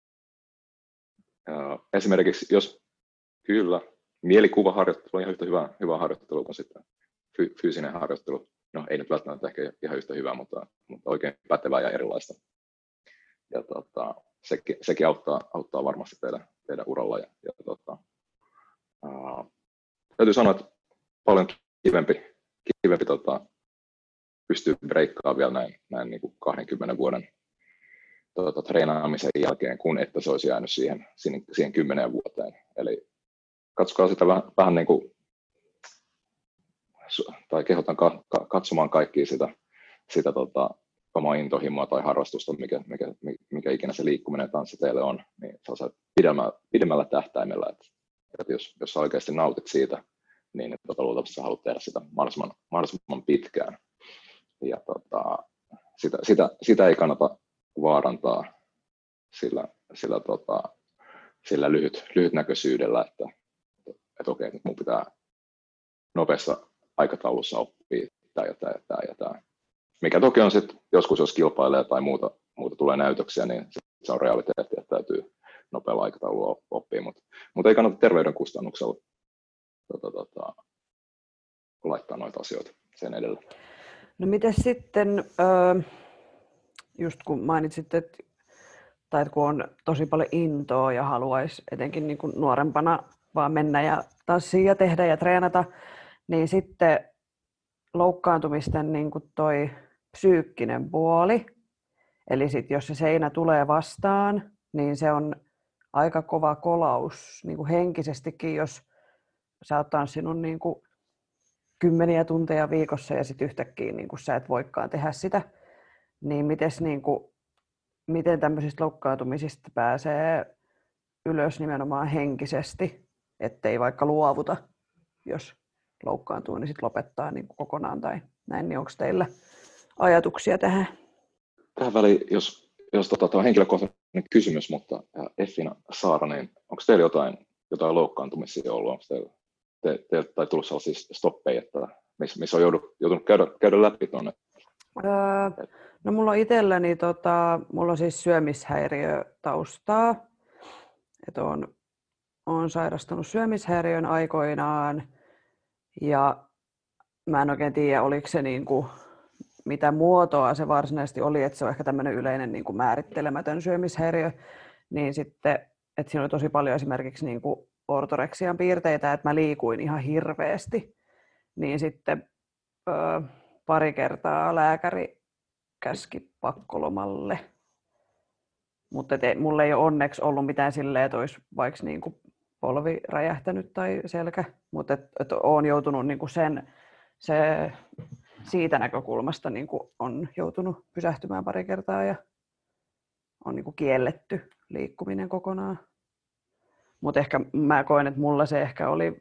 Ää, esimerkiksi jos kyllä, mielikuvaharjoittelu on ihan yhtä hyvä, hyvä harjoittelu kuin sitten fy, fyysinen harjoittelu. No ei nyt välttämättä ehkä ihan yhtä hyvä, mutta, mutta oikein pätevää ja erilaista. Ja tota, sekin, sekin auttaa, auttaa varmasti teidän, teidän uralla. Ja, ja, tota, ää, täytyy sanoa, että paljon kivempi, kivempi tota, pystyy breikkaamaan vielä näin, näin niin kuin kahdenkymmenen vuoden tota, treenaamisen jälkeen, kun että se olisi jäänyt siihen, siihen, siihen kymmeneen vuoteen. Eli katsokaa sitä vähän, vähän niin kuin, tai kehotan katsomaan kaikkia sitä, sitä tota, omaa intohimoa tai harrastusta, mikä, mikä, mikä ikinä se liikkuminen ja tanssi teille on, niin se on pidemmällä, pidemmällä tähtäimellä, että, että jos, jos oikeasti nautit siitä, niin tota, luultavasti sä haluat tehdä sitä mahdollisimman, mahdollisimman pitkään. Ja tota, sitä, sitä, sitä ei kannata vaarantaa sillä, sillä, tota, sillä lyhyt, lyhytnäköisyydellä, että, että okei, nyt mun pitää nopeassa aikataulussa oppia tämä ja tämä ja tämä ja tämä. Mikä toki on sitten joskus, jos kilpailee tai muuta, muuta tulee näytöksiä, niin se on realiteetti, että täytyy nopealla aikataululla oppia, mutta mut ei kannata terveyden kustannuksella tota, tota, laittaa noita asioita sen edellä. No miten sitten, just kun mainitsit, että, tai että kun on tosi paljon intoa ja haluaisi etenkin niin kuin nuorempana vaan mennä ja tanssia ja tehdä ja treenata, niin sitten loukkaantumisten niin kuin toi psyykkinen puoli, eli sit jos se seinä tulee vastaan, niin se on aika kova kolaus niin kuin henkisestikin, jos sä oot tanssinut niin kuin kymmeniä tunteja viikossa ja sitten yhtäkkiä niin kun sä et voikaan tehdä sitä, niin, mites, niin kun, miten tämmöisistä loukkaantumisista pääsee ylös nimenomaan henkisesti, ettei vaikka luovuta, jos loukkaantuu, niin sitten lopettaa niin kokonaan tai näin, niin onko teillä ajatuksia tähän? Tähän väliin, jos, jos tota, tämä on henkilökohtainen kysymys, mutta Effina Saara, niin onko teillä jotain, jotain loukkaantumisia ollut? Onko teillä Te, teiltä tai tullut sellaisia stoppeja, että missä miss on joudut, joutunut käydä, käydä läpi tuonne? Öö, no mulla on itselläni, tota, mulla on siis syömishäiriötaustaa. Että on, on sairastanut syömishäiriön aikoinaan ja mä en oikein tiedä, oliko se niinku, mitä muotoa se varsinaisesti oli, että se on ehkä tämmöinen yleinen niinku määrittelemätön syömishäiriö, niin sitten, että siinä oli tosi paljon esimerkiksi niinku ortoreksian piirteitä, että mä liikuin ihan hirveästi, niin sitten ö, pari kertaa lääkäri käski pakkolomalle. Mutta mulla ei ole onneksi ollut mitään silleen, että olisi vaikka niinku polvi räjähtänyt tai selkä, mutta et, et olen joutunut niinku sen, se, siitä näkökulmasta niinku on joutunut pysähtymään pari kertaa ja on niinku kielletty liikkuminen kokonaan. Mutta ehkä mä koen, että mulla se ehkä oli,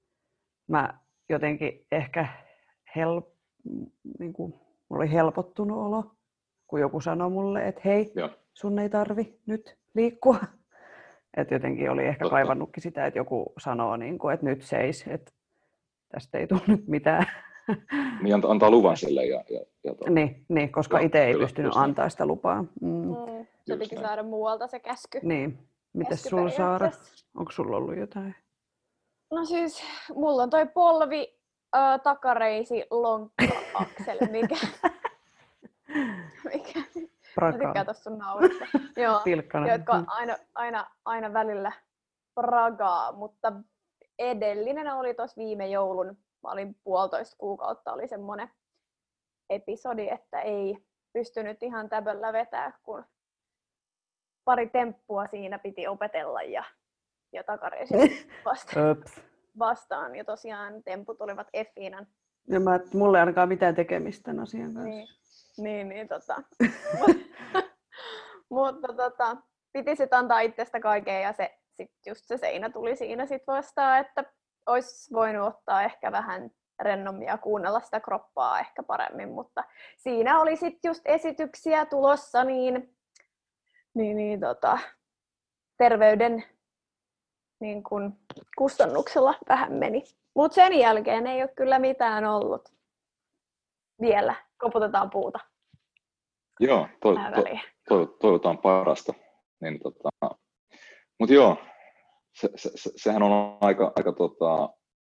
mä jotenkin ehkä hel, niin kuin, mulla oli helpottunut olo, kun joku sanoi mulle, että hei, Joo. sun ei tarvi nyt liikkua. Että jotenkin oli ehkä Totta. kaivannutkin sitä, että joku sanoo, niin kuin, että nyt seis, että tästä ei tule nyt mitään. Niin antaa, antaa luvan sille. Ja, ja, ja to... niin, niin, koska itse ei kyllä, pystynyt antaa sitä lupaa. Mm. Mm, se piti saada muualta se käsky. Niin. Mites sulla, Saara? Onko sulla ollut jotain? No siis, mulla on toi polvi, äh, takareisi, lonkka-akseli, mikä... mikä... Mä tykkään tosta sun naurusta. Joo, jotka aina, aina, aina välillä pragaa, mutta edellinen oli tossa viime joulun. Mä olin puolitoista kuukautta, oli semmonen episodi, että ei pystynyt ihan täböllä vetää, kun pari temppua siinä piti opetella ja, ja takareisi vastaan. vastaan. Ja tosiaan temput olivat Effinan. Ja mä, mulla ei ainakaan mitään tekemistä tämän asian kanssa. Niin, niin, niin tota. Mutta tota, piti sit antaa itsestä kaiken ja se, sit just se seinä tuli siinä sit vastaan, että olisi voinut ottaa ehkä vähän rennommin ja kuunnella sitä kroppaa ehkä paremmin, mutta siinä oli sit just esityksiä tulossa, niin, niin, niin tota, terveyden niin kun kustannuksella vähän meni. Mutta sen jälkeen ei ole kyllä mitään ollut. Vielä koputetaan puuta. Joo, to, to, to, toivotaan parasta. Niin, tota, mutta joo, se, se, se, sehän on aika, aika tota,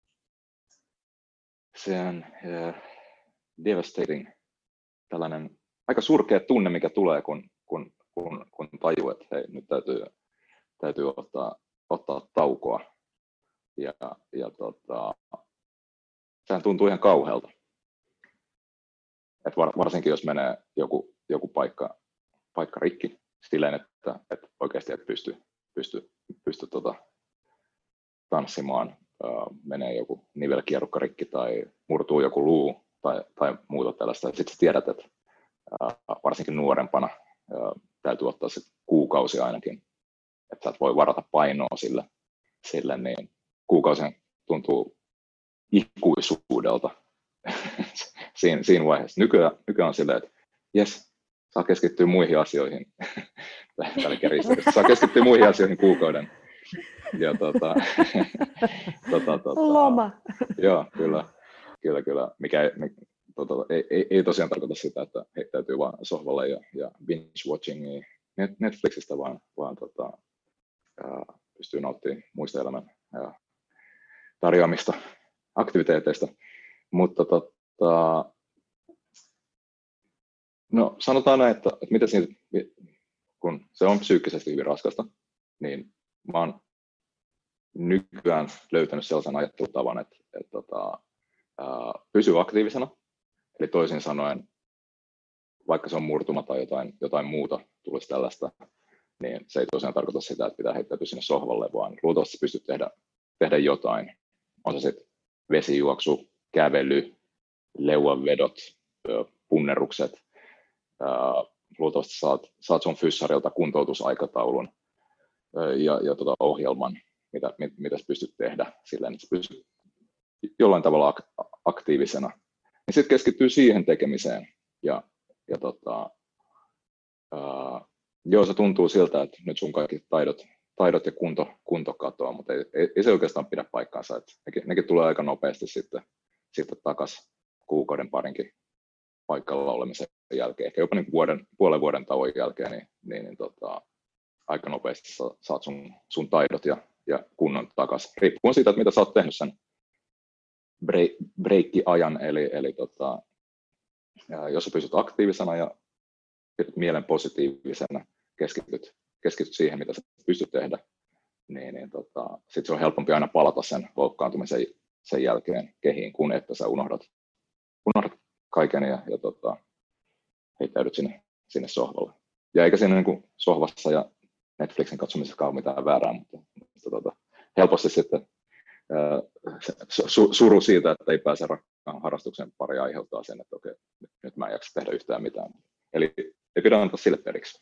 sehän, uh, devastating, tällainen aika surkea tunne, mikä tulee, kun, kun, kun, kun tajuu, että hei, nyt täytyy, täytyy ottaa, ottaa taukoa. Ja, ja tota, sehän tuntuu ihan kauhealta. Et var, varsinkin jos menee joku, joku paikka, paikka rikki silleen, että, että oikeasti et pysty, pysty, pysty tota, tanssimaan, uh, menee joku nivelkierrukka rikki tai murtuu joku luu tai, tai muuta tällaista. Sitten sä tiedät, että uh, varsinkin nuorempana uh, täytyy ottaa se kuukausi ainakin, että sä et voi varata painoa sille, sille niin kuukausien tuntuu ikuisuudelta siinä, siinä vaiheessa. Nykyään, nykyään on silleen, että jes, saa keskittyä muihin asioihin. Tällä kärjistössä. Saa keskittyä muihin asioihin kuukauden. Ja, tota, tota, tota, Loma. Joo, kyllä. Kyllä, kyllä. Mikä ei, tota, ei, ei, ei tosiaan tarkoita sitä, että heittäytyy vaan sohvalle ja, ja binge-watchingia Netflixistä, vaan, vaan tota, ää, pystyy nauttimaan muista elämän ää, tarjoamista aktiviteeteista. Mutta tota, no, sanotaan näin, että, että mitä siinä, kun se on psyykkisesti hyvin raskasta, niin mä oon nykyään löytänyt sellaisen ajattelutavan, että, että, että, että pysyy aktiivisena. Eli toisin sanoen, vaikka se on murtuma tai jotain, jotain muuta tulisi tällaista, niin se ei tosiaan tarkoita sitä, että pitää heittäytyä sinne sohvalle, vaan luultavasti pystyt tehdä, tehdä jotain. On se sitten vesijuoksu, kävely, leuanvedot, punnerrukset. Luultavasti saat, saat sun fyssarilta kuntoutusaikataulun ja, ja tota ohjelman, mitä, mit, mitä sä pystyt tehdä silleen, että sä pystyt jollain tavalla ak- aktiivisena. Ja sitten keskittyy siihen tekemiseen. Ja, ja tota, ää, joo, se tuntuu siltä, että nyt sun kaikki taidot, taidot ja kunto, kunto katoaa, mutta ei, ei, ei se oikeastaan pidä paikkaansa. Että nekin, nekin tulee aika nopeasti sitten, sitten takaisin kuukauden parinkin paikalla olemisen jälkeen, ehkä jopa niin vuoden, puolen vuoden tauon jälkeen, niin, niin, niin tota, aika nopeasti saat sun, sun taidot ja, ja kunnon takaisin. Riippuen siitä, että mitä sä oot tehnyt sen breikki-ajan, eli, eli tota, jos sä pysyt aktiivisena ja pidät mielen positiivisena, keskityt, keskityt siihen, mitä sä pystyt tehdä, niin, niin tota, sitten se on helpompi aina palata sen loukkaantumisen sen jälkeen kehiin, kun että sä unohdat, unohdat kaiken ja, ja tota, heittäydyt sinne, sinne sohvalle. Ja eikä siinä niin kuin sohvassa ja Netflixin katsomisessa ole mitään väärää, mutta, mutta tota, helposti sitten ää, su, suru siitä, että ei pääse rakkaan harrastuksen pari aiheuttaa sen, että okei, nyt, nyt mä en jaksa tehdä yhtään mitään. Eli ei pidä antaa sille periksi.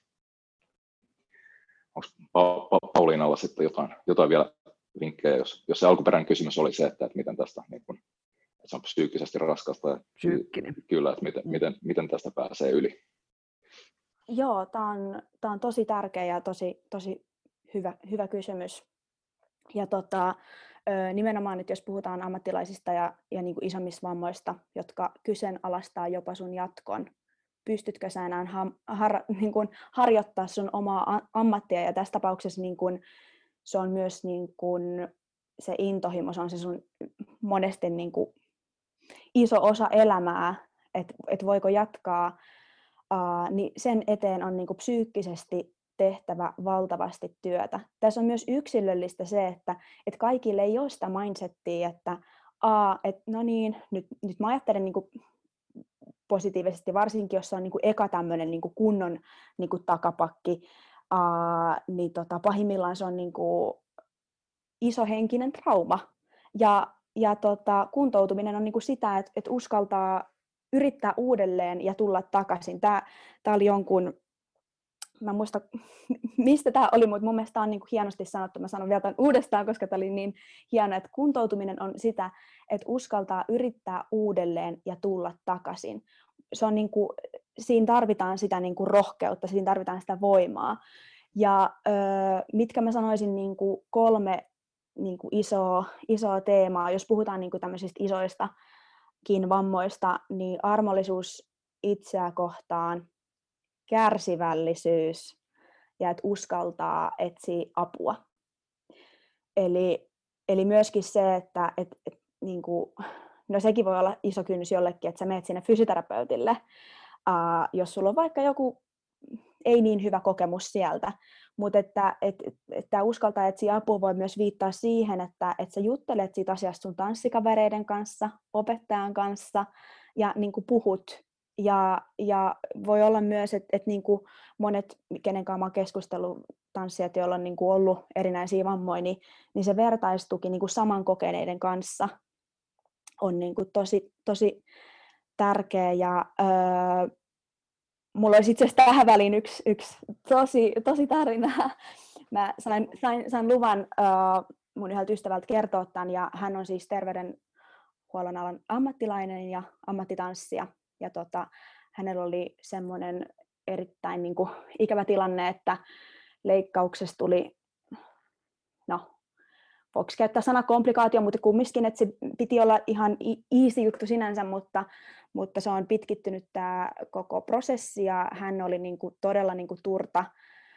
Onko pa- pa- Pauliinalla sitten jotain, jotain vielä vinkkejä, jos, jos se alkuperäinen kysymys oli se, että, että miten tästä niin kun, että se on psyykkisesti raskasta. Ja Psyykkinen. Kyllä, että miten, miten, miten tästä pääsee yli. Joo, tämä on, tää on tosi tärkeä ja tosi, tosi hyvä, hyvä kysymys. Ja tota, nimenomaan nyt jos puhutaan ammattilaisista ja, ja niin kuin isommista vammoista, jotka kyseenalaistaa jopa sun jatkon, pystytkö sä enää ha, har, niin kuin harjoittaa sun omaa ammattia, ja tässä tapauksessa niin kuin, se on myös niin kuin, se intohimo, se on se sun monesti niin kuin, iso osa elämää, että et voiko jatkaa, uh, niin sen eteen on niin kuin, psyykkisesti tehtävä valtavasti työtä. Tässä on myös yksilöllistä se, että, että kaikille ei ole sitä mindsettiä, että, aa, että no niin, nyt, nyt mä ajattelen niin kuin positiivisesti, varsinkin jos se on niin kuin eka tämmöinen niin kuin kunnon niin kuin takapakki, aa, niin tota, pahimmillaan se on niin kuin iso henkinen trauma. Ja, ja tota, kuntoutuminen on niin kuin sitä, että, että uskaltaa yrittää uudelleen ja tulla takaisin. Tämä, tämä oli jonkun, mä en muista mistä tämä oli, mutta mun mielestä tämä on niin kuin hienosti sanottu. Mä sanon vielä tämän uudestaan, koska tämä oli niin hieno, että kuntoutuminen on sitä, että uskaltaa yrittää uudelleen ja tulla takaisin. Se on niin kuin, siinä tarvitaan sitä niin kuin rohkeutta, siinä tarvitaan sitä voimaa. Ja öö, mitkä mä sanoisin niin kuin kolme niin kuin isoa, isoa teemaa, jos puhutaan niin kuin tämmöisistä isoistakin vammoista, niin armollisuus itseä kohtaan, kärsivällisyys ja että uskaltaa etsiä apua. Eli, eli myöskin se, että et, et, niin kuin, no sekin voi olla iso kynnys jollekin, että sä menet sinne fysioterapeutille, uh, jos sulla on vaikka joku ei niin hyvä kokemus sieltä. Mutta että, että, että uskaltaa etsiä apua voi myös viittaa siihen, että, että sä juttelet siitä asiasta sun tanssikavereiden kanssa, opettajan kanssa ja niin kuin puhut. Ja, ja voi olla myös, että, että niin kuin monet, kenen kanssa mä oon keskustellut tanssijat, joilla on niin kuin ollut erinäisiä vammoja, niin, niin se vertaistuki niin kuin samankokeneiden kanssa on niin kuin tosi, tosi tärkeä. Ja, öö, mulla olisi itse asiassa tähän väliin yksi, yksi tosi, tosi tarina. Mä sain, sain, sain luvan uh, mun yhdeltä ystävältä kertoa tämän, ja hän on siis terveydenhuollon alan ammattilainen ja ammattitanssija. Ja tota, hänellä oli semmoinen erittäin niin kuin, ikävä tilanne, että leikkauksesta tuli, no, voiko käyttää sana komplikaatio, mutta kumminkin, että se piti olla ihan easy juttu sinänsä, mutta, mutta se on pitkittynyt tämä koko prosessi, ja hän oli niin kuin todella niin kuin turta,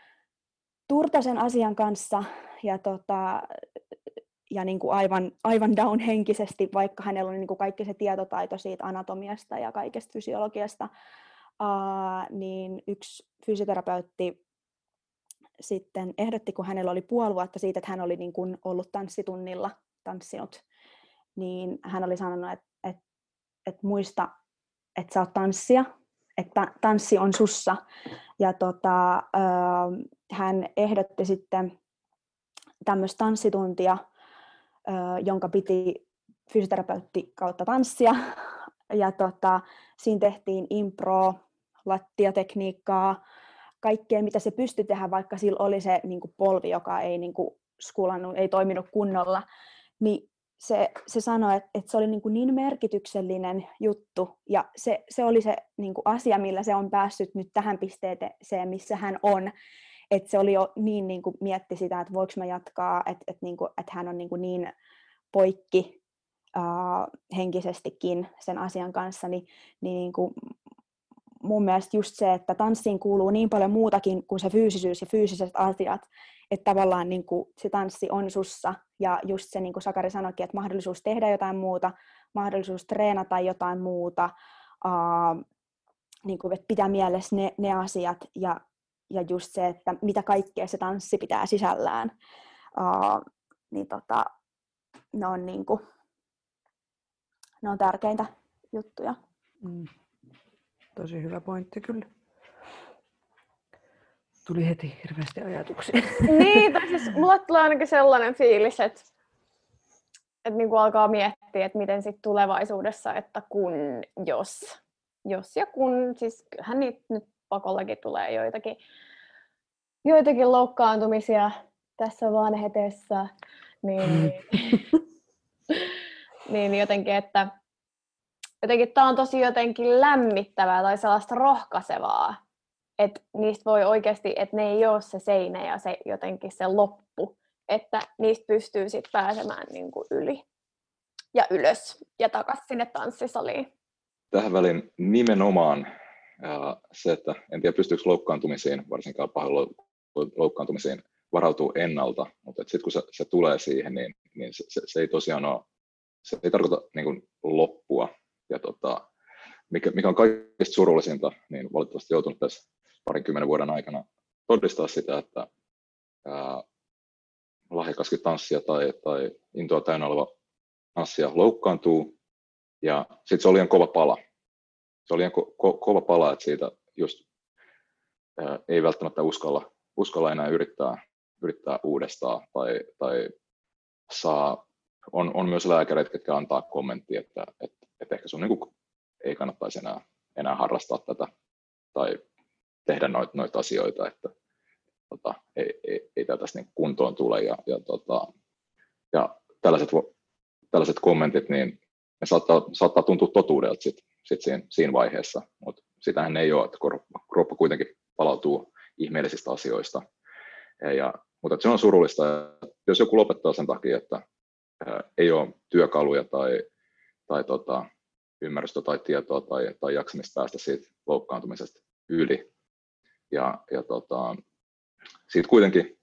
turta sen asian kanssa, ja, tota, ja niin kuin aivan, aivan down henkisesti, vaikka hänellä oli niin kuin kaikki se tietotaito siitä anatomiasta ja kaikesta fysiologiasta, uh, niin yksi fysioterapeutti sitten ehdotti, kun hänellä oli puoli vuotta siitä, että hän oli niin kuin ollut tanssitunnilla tanssinut, niin hän oli sanonut, että, että, että muista, että sä oot tanssija, että tanssi on sussa. Ja tota, hän ehdotti sitten tämmöistä tanssituntia, jonka piti fysioterapeutti kautta tanssia. Ja tota, siinä tehtiin impro, lattiatekniikkaa, kaikkea, mitä se pystyi tehdä, vaikka sillä oli se niin kuin polvi, joka ei niin kuin skulannut, ei toiminut kunnolla, niin se, se sanoi, että, että se oli niin, kuin niin merkityksellinen juttu, ja se, se oli se niin kuin asia, millä se on päässyt nyt tähän pisteeseen, missä hän on, että se oli jo niin, niin kuin mietti sitä, että voiko mä jatkaa, että, että, niin, kuin, että hän on niin, kuin niin poikki uh, henkisestikin sen asian kanssa, niin, niin, niin kuin mun mielestä just se, että tanssiin kuuluu niin paljon muutakin kuin se fyysisyys ja fyysiset asiat, että tavallaan niin kuin se tanssi on sussa, ja just se, niin kuin Sakari sanoikin, että mahdollisuus tehdä jotain muuta, mahdollisuus treenata jotain muuta, uh, niin kuin, että pitää mielessä ne, ne asiat, ja, ja just se, että mitä kaikkea se tanssi pitää sisällään, uh, niin tota, ne on, niin kuin, ne on tärkeitä juttuja. Mm. Tosi hyvä pointti kyllä. Tuli heti hirveästi ajatuksia. Niin, tai siis mulle tulee ainakin sellainen fiilis, että, että niin kuin alkaa miettiä, että miten sit tulevaisuudessa, että kun, jos, jos ja kun, siis kyllähän niitä nyt pakollakin tulee joitakin, joitakin loukkaantumisia tässä vanhetessa, niin, niin jotenkin, että jotenkin tämä on tosi jotenkin lämmittävää tai sellaista rohkaisevaa, että niistä voi oikeasti, että ne ei ole se seinä ja se jotenkin se loppu, että niistä pystyy sitten pääsemään niin kuin yli ja ylös ja takaisin sinne tanssisaliin. Tähän väliin nimenomaan ja se, että en tiedä pystyykö loukkaantumisiin, varsinkaan pahoin loukkaantumisiin, varautuu ennalta, mutta sitten kun se, se tulee siihen, niin, niin se, se, se ei tosiaan ole, se ei tarkoita niin kuin loppua. Ja tota, mikä, mikä on kaikista surullisinta, niin valitettavasti joutunut tässä parinkymmenen vuoden aikana todistaa sitä, että ää, lahjakaskin tanssija tai, tai intoa täynnä oleva tanssija loukkaantuu, ja sitten se oli liian kova pala. Se oli liian ko- ko- kova pala, että siitä just ää, ei välttämättä uskalla, uskalla enää yrittää, yrittää uudestaan, tai, tai saa, on, on myös lääkäreitä, jotka antaa kommenttia, että, että, että ehkä sun niin kuin ei kannattaisi enää, enää harrastaa tätä tai tehdä noita noit asioita, että tota, ei, ei, ei tästä niin kuntoon tule. Ja, ja, tota, ja tällaiset, tällaiset kommentit, niin ne saattaa, saattaa tuntua totuudelta sit, sit siinä, siinä vaiheessa, mutta sitähän ei ole, että kroppa, kroppa kuitenkin palautuu ihmeellisistä asioista. Ja, ja, mutta se on surullista, jos joku lopettaa sen takia, että ää, ei ole työkaluja tai, tai tota, ymmärrystä tai tietoa tai, tai jaksamista päästä siitä loukkaantumisesta yli. Ja, ja tota, siitä kuitenkin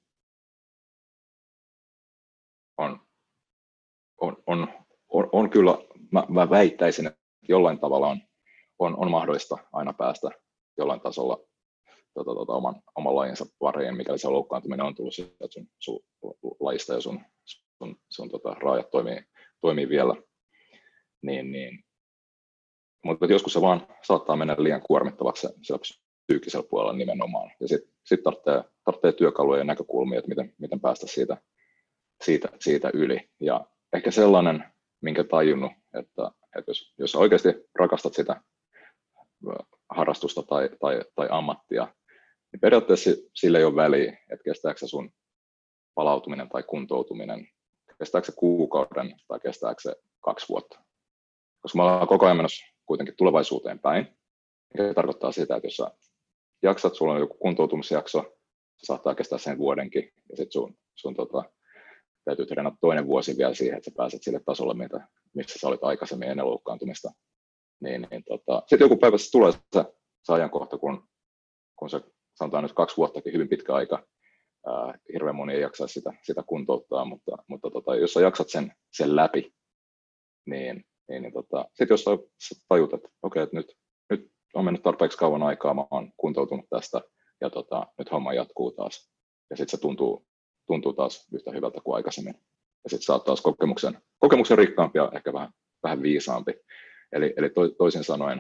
on, on, on, on, on kyllä, mä, mä väittäisin, että jollain tavalla on, on, on mahdollista aina päästä jollain tasolla tota, tota, oman, oman lajinsa pariin, mikäli se loukkaantuminen on tullut sieltä sun, sun lajista ja sun, sun, sun tota, raajat toimii, toimii vielä. Niin, niin. Mutta joskus se vaan saattaa mennä liian kuormittavaksi siellä psyykkisellä puolella nimenomaan. Ja sitten sit tarvitsee, tarvitsee työkaluja ja näkökulmia, että miten, miten päästä siitä, siitä, siitä yli. Ja ehkä sellainen, minkä tajunnut, että, että jos, jos oikeasti rakastat sitä harrastusta tai, tai, tai ammattia, niin periaatteessa sillä ei ole väliä, että kestääkö se sun palautuminen tai kuntoutuminen, kestääkö se kuukauden tai kestääkö se kaksi vuotta. Koska me ollaan koko ajan menossa kuitenkin tulevaisuuteen päin, mikä tarkoittaa sitä, että jos sä jaksat, sulla on joku kuntoutumisjakso, se saattaa kestää sen vuodenkin, ja sitten sun, sun tota, täytyy treenata toinen vuosi vielä siihen, että sä pääset sille tasolle, mitä, missä sä olit aikaisemmin ennen loukkaantumista. Niin, niin, tota, sitten joku päivä tulee se, se ajankohta, kun, kun se sanotaan nyt kaksi vuottakin hyvin pitkä aika, ää, hirveän moni ei jaksa sitä, sitä kuntouttaa, mutta, mutta tota, jos sä jaksat sen, sen läpi, niin, niin, niin tota, sitten jos sä tajut, että okei, että nyt, nyt on mennyt tarpeeksi kauan aikaa, mä oon kuntoutunut tästä, ja tota, nyt homma jatkuu taas, ja sitten se tuntuu, tuntuu taas yhtä hyvältä kuin aikaisemmin, ja sitten sä oot taas kokemuksen, kokemuksen rikkaampi ja ehkä vähän, vähän viisaampi. Eli, eli to, toisin sanoen,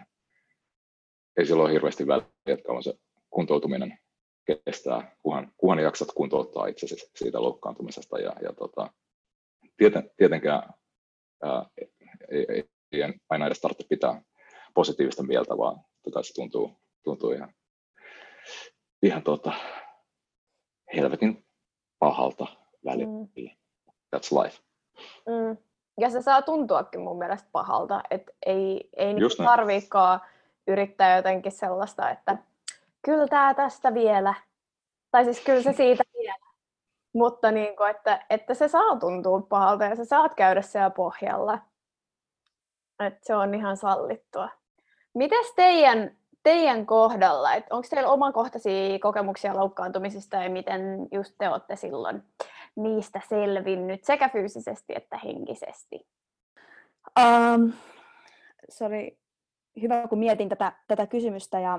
ei silloin hirveästi väliä, että kauan se kuntoutuminen kestää, kunhan, kunhan jaksat kuntouttaa itsesi siitä loukkaantumisesta. Ja, ja tota, tieten, tietenkään ää, ei, ei, ei aina edes tarvitse pitää positiivista mieltä, vaan tota, se tuntuu, tuntuu ihan, ihan tota, helvetin pahalta välillä. Mm. That's life. Mm. Ja se saa tuntuakin mun mielestä pahalta, että ei, ei niinku tarviikaan yrittää jotenkin sellaista, että kyllä tää tästä vielä, tai siis kyllä se siitä vielä, mutta niinku, että, että se saa tuntua pahalta ja sä saat käydä siellä pohjalla, että se on ihan sallittua. Mites teidän, teidän kohdalla, onko teillä omakohtaisia kokemuksia loukkaantumisista ja miten just te olette silloin niistä selvinnyt sekä fyysisesti että henkisesti? Um, se oli hyvä, kun mietin tätä, tätä kysymystä ja,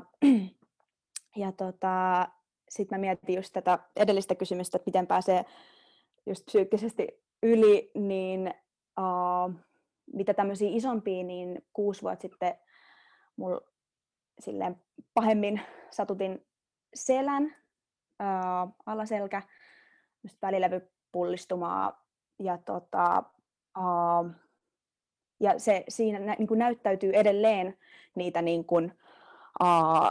ja tota, sitten mä mietin just tätä edellistä kysymystä, että miten pääsee just psyykkisesti yli, niin uh, mitä tämmöisiä isompia, niin kuusi vuotta sitten mulla silleen pahemmin satutin selän, uh, alaselkä, välilevypullistumaa ja tota, uh, Ja se siinä nä, niin kuin näyttäytyy edelleen niitä niin kuin, uh,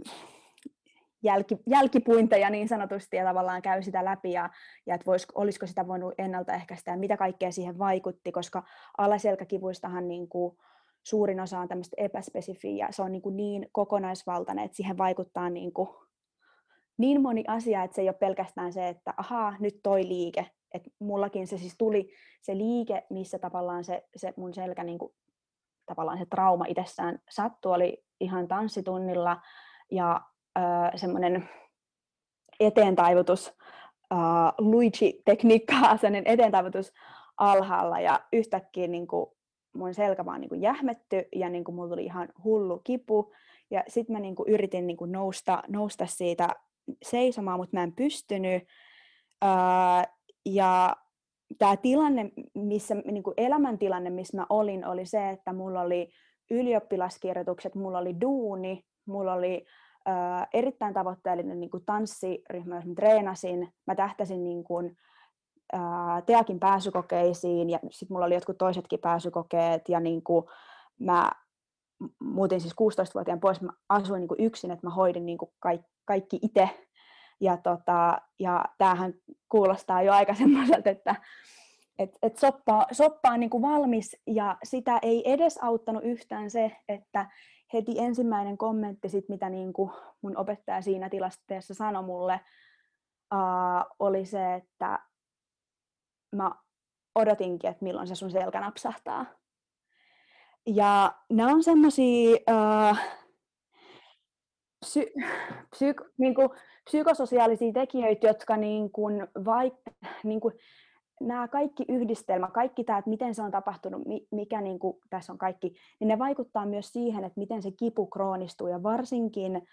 jälki, jälkipuinteja niin sanotusti ja tavallaan käy sitä läpi ja, ja että vois, olisiko sitä voinut ennaltaehkäistä ja mitä kaikkea siihen vaikutti, koska alaselkäkivuistahan niin kuin suurin osa on tämmöistä epäspesifiä ja se on niin, kuin niin kokonaisvaltainen, että siihen vaikuttaa niin, kuin, niin moni asia, että se ei ole pelkästään se, että ahaa, nyt toi liike. Et mullakin se siis tuli se liike, missä tavallaan se, se mun selkä, niin kuin, tavallaan se trauma itsessään sattui, oli ihan tanssitunnilla ja äh, semmoinen eteentaivutus, äh, Luigi-tekniikkaa, semmoinen eteentaivutus alhaalla ja yhtäkkiä niin kuin, mun selkä vaan niin kuin jähmetty ja niin kuin, mulla tuli ihan hullu kipu ja sitten mä niin kuin, yritin niin kuin, nousta, nousta siitä seisomaan, mutta mä en pystynyt. Äh, Ja tämä tilanne, missä, niin kuin elämäntilanne, missä mä olin, oli se, että mulla oli ylioppilaskirjoitukset, mulla oli duuni, mulla oli äh, erittäin tavoitteellinen niin kuin tanssiryhmä, jossa mä treenasin. Mä tähtäsin niin kuin, äh, teakin pääsykokeisiin ja sitten mulla oli jotkut toisetkin pääsykokeet. Ja niin kuin mä muutin siis kuusitoistavuotiaan pois, mä asuin niin kuin yksin, että mä hoidin niin kuin kaikki, kaikki itse. Ja, tota, ja tämähän kuulostaa jo aika semmoiselta, että et, et soppa, soppa on niin kuin valmis ja sitä ei edes auttanut yhtään se, että heti ensimmäinen kommentti, sit, mitä niin kuin mun opettaja siinä tilanteessa sanoi mulle, uh, oli se, että mä odotinkin, että milloin se sun selkä napsahtaa. Ja nämä on semmoisia Uh, Psy, psyk, niin kuin, psykososiaalisia tekijöitä, jotka niin kuin, vaik, niin kuin, nämä kaikki yhdistelmä, kaikki tämä, että miten se on tapahtunut, mikä niin kuin, tässä on kaikki, niin ne vaikuttaa myös siihen, että miten se kipu kroonistuu ja varsinkin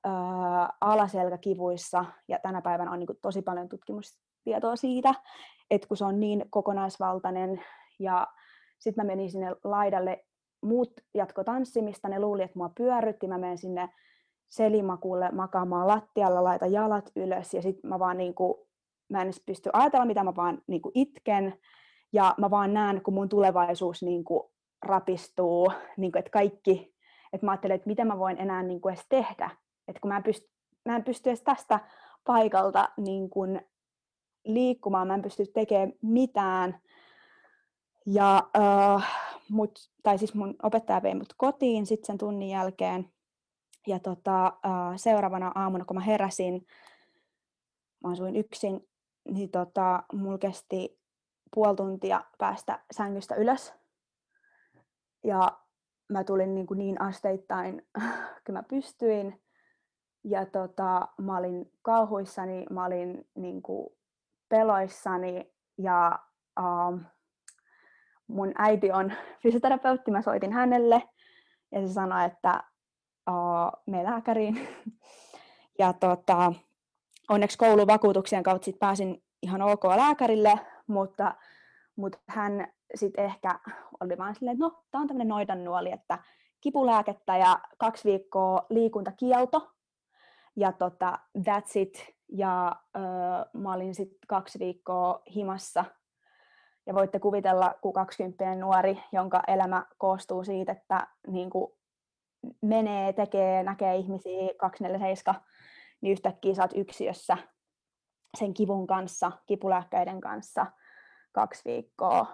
alaselkäkivuissa, ja tänä päivänä on niin kuin tosi paljon tutkimustietoa siitä, että kun se on niin kokonaisvaltainen, ja sitten mä menin sinne laidalle, muut jatko tanssimista, ne luuli, että mua pyörrytti, mä menen sinne selimakuulle makaamaan lattialla, laitan jalat ylös, ja sitten mä vaan niinku, mä en edes pysty ajatella, mitä mä vaan niinku itken, ja mä vaan näen, kun mun tulevaisuus niinku rapistuu, niinku, että kaikki, että mä ajattelen, että mitä mä voin enää niinku edes tehdä, että kun mä en pysty, mä en pysty edes tästä paikalta niinku liikkumaan, mä en pysty tekemään mitään, ja uh, mut, tai siis mun opettaja vei mut kotiin sitten sen tunnin jälkeen, ja tota, uh, seuraavana aamuna, kun mä heräsin, mä asuin yksin, niin tota, mulla kesti puoli tuntia päästä sängystä ylös. Ja mä tulin niin, kuin niin asteittain, kun mä pystyin. Ja tota, mä olin kauhuissani, mä olin niin kuin peloissani. Ja uh, mun äiti on fysioterapeutti, mä soitin hänelle. Ja se sanoi, että uh, mene lääkäriin. Ja tota, onneksi kouluvakuutuksien kautta sit pääsin ihan ok lääkärille, mutta, mutta hän sitten ehkä oli vaan silleen, että no, tää on tämmöinen noidannuoli, että kipulääkettä ja kaksi viikkoa liikuntakielto. Ja tota, that's it. Ja öö, mä olin sitten kaksi viikkoa himassa. Ja voitte kuvitella, kun kaksikymppinen nuori, jonka elämä koostuu siitä, että niin kuin menee, tekee, näkee ihmisiä kaksikymmentäneljä seitsemän, niin yhtäkkiä sä oot yksiössä sen kivun kanssa, kipulääkkeiden kanssa kaksi viikkoa.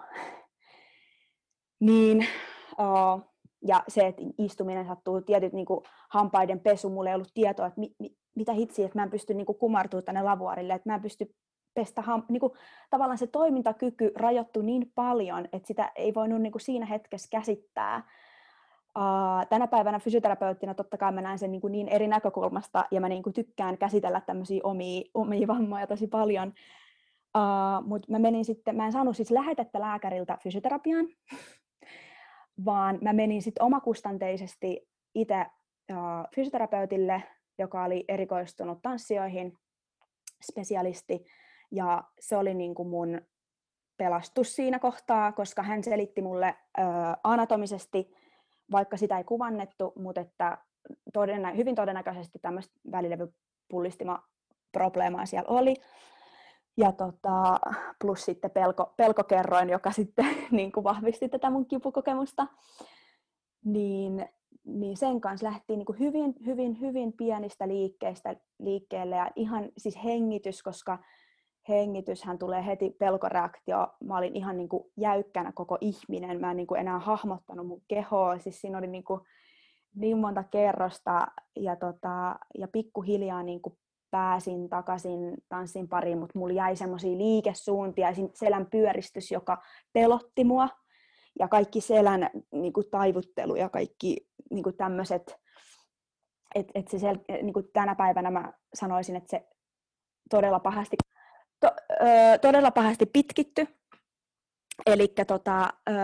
Niin, uh, ja se, että istuminen sattuu, tietyt niin kuin hampaiden pesu, mulla ei ollut tietoa, että mi, mi, mitä hitsiä, että mä en pysty niin kuin kumartumaan tänne lavuarille, että mä en pysty pestä ham, niin kuin, tavallaan se toimintakyky rajoittui niin paljon, että sitä ei voinut niin kuin siinä hetkessä käsittää. Uh, tänä päivänä fysioterapeuttina totta kai mä näen sen niin, kuin niin eri näkökulmasta, ja mä niin kuin tykkään käsitellä tämmöisiä omia, omia vammoja tosi paljon. Uh, Mutta mä menin sitten, mä en saanut siis lähetettä lääkäriltä fysioterapiaan, vaan mä menin sitten omakustanteisesti itse uh, fysioterapeutille, joka oli erikoistunut tanssioihin, spesialisti, ja se oli niin kuin mun pelastus siinä kohtaa, koska hän selitti mulle uh, anatomisesti, vaikka sitä ei kuvannettu, mutta että todennä, hyvin todennäköisesti tämmöistä välilevypullistima-probleemaa siellä oli. Ja tota, plus sitten pelko, pelkokerroin, joka sitten niin kuin vahvisti tätä mun kipukokemusta. Niin, niin sen kanssa lähtiin niin kuin hyvin, hyvin, hyvin pienistä liikkeistä liikkeelle. Ja ihan siis hengitys, koska hengityshän tulee heti pelkoreaktio. Mä olin ihan niin kuin jäykkänä koko ihminen. Mä en niin kuin enää hahmottanut mun kehoa. Siis siinä oli niin, kuin niin monta kerrosta. Ja, tota, ja pikkuhiljaa niin kuin pääsin takaisin tanssin pariin, mutta mulla jäi semmoisia liikesuuntia, selän pyöristys, joka pelotti mua. Ja kaikki selän niin kuin taivuttelu ja kaikki niin kuin tämmöiset. Et, et se sel, niin kuin tänä päivänä mä sanoisin, että se todella pahasti To, ö, todella pahasti pitkitty, elikkä, tota, ö,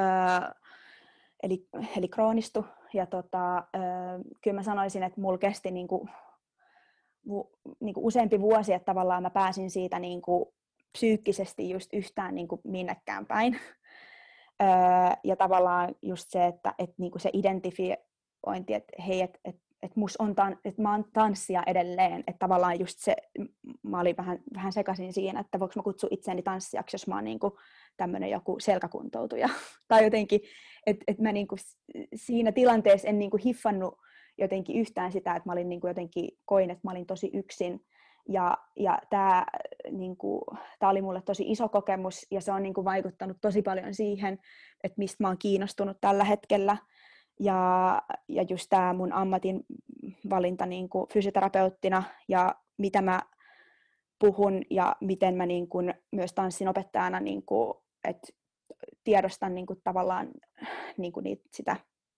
eli, eli kroonistu. Ja tota, ö, kyllä mä sanoisin, että mulla kesti niinku, vu, niinku useampi vuosi, että tavallaan mä pääsin siitä niinku psyykkisesti just yhtään niinku minnekään päin. Ö, ja tavallaan just se, että et niinku se identifiointi, että hei, että et, et mus on tan, et mä oon tanssija edelleen, että tavallaan just se, mä olin vähän, vähän sekaisin siinä, että voinko mä kutsua itseäni tanssijaksi, jos mä oon niinku tämmönen joku selkäkuntoutuja. Tai jotenkin, että et mä niinku siinä tilanteessa en niinku hiffannut jotenkin yhtään sitä, että mä olin niinku jotenkin koin, että mä olin tosi yksin. Ja, ja tää, niinku, tää oli mulle tosi iso kokemus, ja se on niinku vaikuttanut tosi paljon siihen, että mistä mä oon kiinnostunut tällä hetkellä. Ja, ja just tämä mun ammatin valinta niin kuin fysioterapeuttina ja mitä mä puhun ja miten mä niin kuin myös tanssinopettajana niin kuin, et tiedostan niin kuin tavallaan niin kuin niitä, sitä,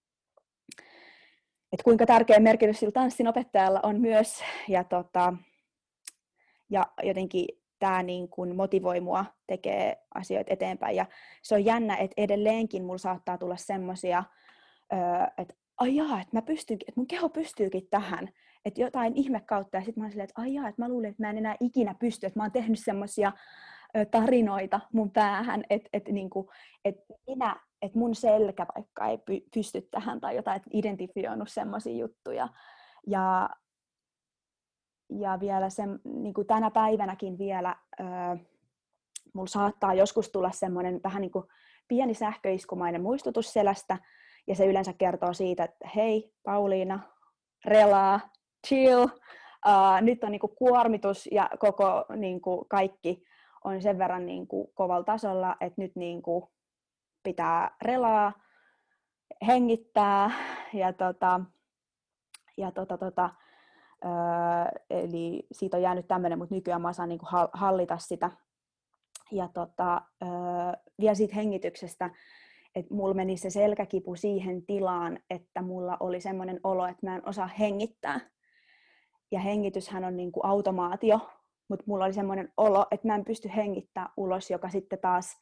että kuinka tärkeä merkitys sillä tanssinopettajalla on myös. Ja, tota, ja jotenkin tämä niin kuin motivoi mua tekee asioita eteenpäin. Ja se on jännä, että edelleenkin mulla saattaa tulla semmoisia, että ai jaa, että mä pystynkin, että mun keho pystyykin tähän, että jotain ihme kautta, ja sitten mä oon silleen, että ai jaa, että mä luulen, että mä en enää ikinä pysty, että mä oon tehnyt semmoisia tarinoita mun päähän, että et, niinku, et minä, että mun selkä vaikka ei py, pysty tähän tai jotain, että identifioinut semmoisia juttuja. Ja, ja vielä sen, niinku tänä päivänäkin vielä öö, mulla saattaa joskus tulla semmoinen vähän niin kuin pieni sähköiskumainen muistutus selästä, ja se yleensä kertoo siitä, että hei Pauliina, relaa, chill, uh, nyt on niin kuin kuormitus ja koko niin kuin kaikki on sen verran niin kuin kovalla tasolla, että nyt niin kuin pitää relaa, hengittää ja, tota, ja tota, tota, uh, eli siitä on jäänyt tämmöinen, mutta nykyään mä osaan niin kuin hallita sitä. Ja tota, öö, vielä siitä hengityksestä, että mulla meni se selkäkipu siihen tilaan, että mulla oli semmoinen olo, että mä en osaa hengittää. Ja hengityshän on niin kuin automaatio, mutta mulla oli semmoinen olo, että mä en pysty hengittämään ulos, joka sitten taas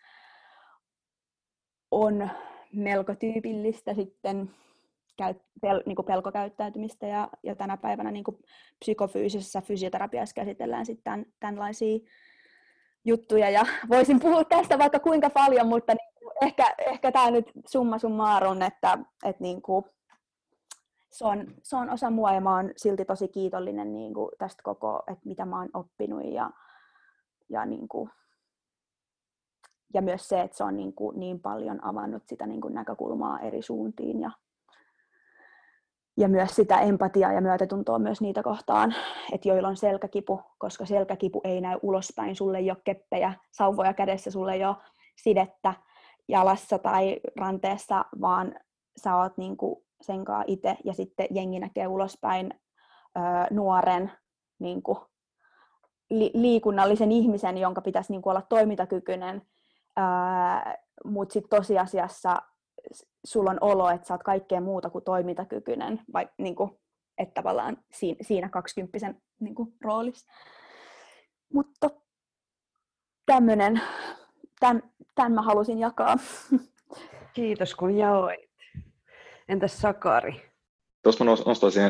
on melko tyypillistä sitten pel, niin kuin pelkokäyttäytymistä. Ja, ja tänä päivänä niin kuin psykofyysisessä fysioterapiassa käsitellään sitten tämän, tämänlaisia juttuja, ja voisin puhua tästä vaikka kuinka paljon, mutta niin ehkä, ehkä tämä nyt summa summarum, että, että niin kuin se, on, se on osa mua, ja mä oon silti tosi kiitollinen niin kuin tästä koko, että mitä mä oon oppinut, ja, ja, niin kuin, ja myös se, että se on niin, kuin niin paljon avannut sitä niin kuin näkökulmaa eri suuntiin, ja Ja myös sitä empatiaa ja myötätuntoa myös niitä kohtaan, että joilla on selkäkipu, koska selkäkipu ei näy ulospäin, sulle ei ole keppejä, sauvoja kädessä, sulle ei ole sidettä jalassa tai ranteessa, vaan sä oot niinku sen kanssa itse, ja sitten jengi näkee ulospäin ö, nuoren niinku, li- liikunnallisen ihmisen, jonka pitäisi niinku olla toimintakykyinen, mutta sitten tosiasiassa sulla on olo, että sä oot kaikkea muuta kuin toimintakykyinen, vai, niin kuin, että tavallaan siinä, siinä kaksikymppisen niin kuin, roolissa. Mutta tämmönen, tämän, tämän mä halusin jakaa. Kiitos kun jaoit. Entäs Sakari? Tuossa mä nostaisin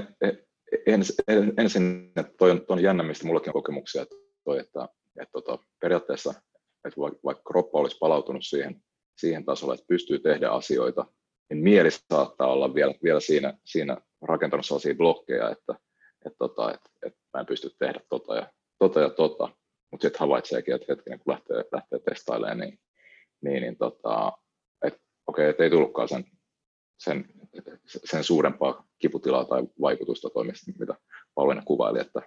ensin, että toi on, toi on jännä, mistä mullakin on kokemuksia, että, toi, että, että tota, periaatteessa, että vaikka, vaikka kroppa olisi palautunut siihen, siihen tasolle, että pystyy tehdä asioita, niin mieli saattaa olla vielä, vielä siinä, siinä rakentanut sellaisia blokkeja, että, että, tota, että, että mä en pysty tehdä tota ja tota, ja tota. Mutta sitten havaitseekin, että hetkinen, kun lähtee, lähtee testailemaan, niin, niin, niin tota, että okei, että ei tullutkaan sen, sen, sen suurempaa kiputilaa tai vaikutusta toimista, mitä Pauliina kuvaili, että,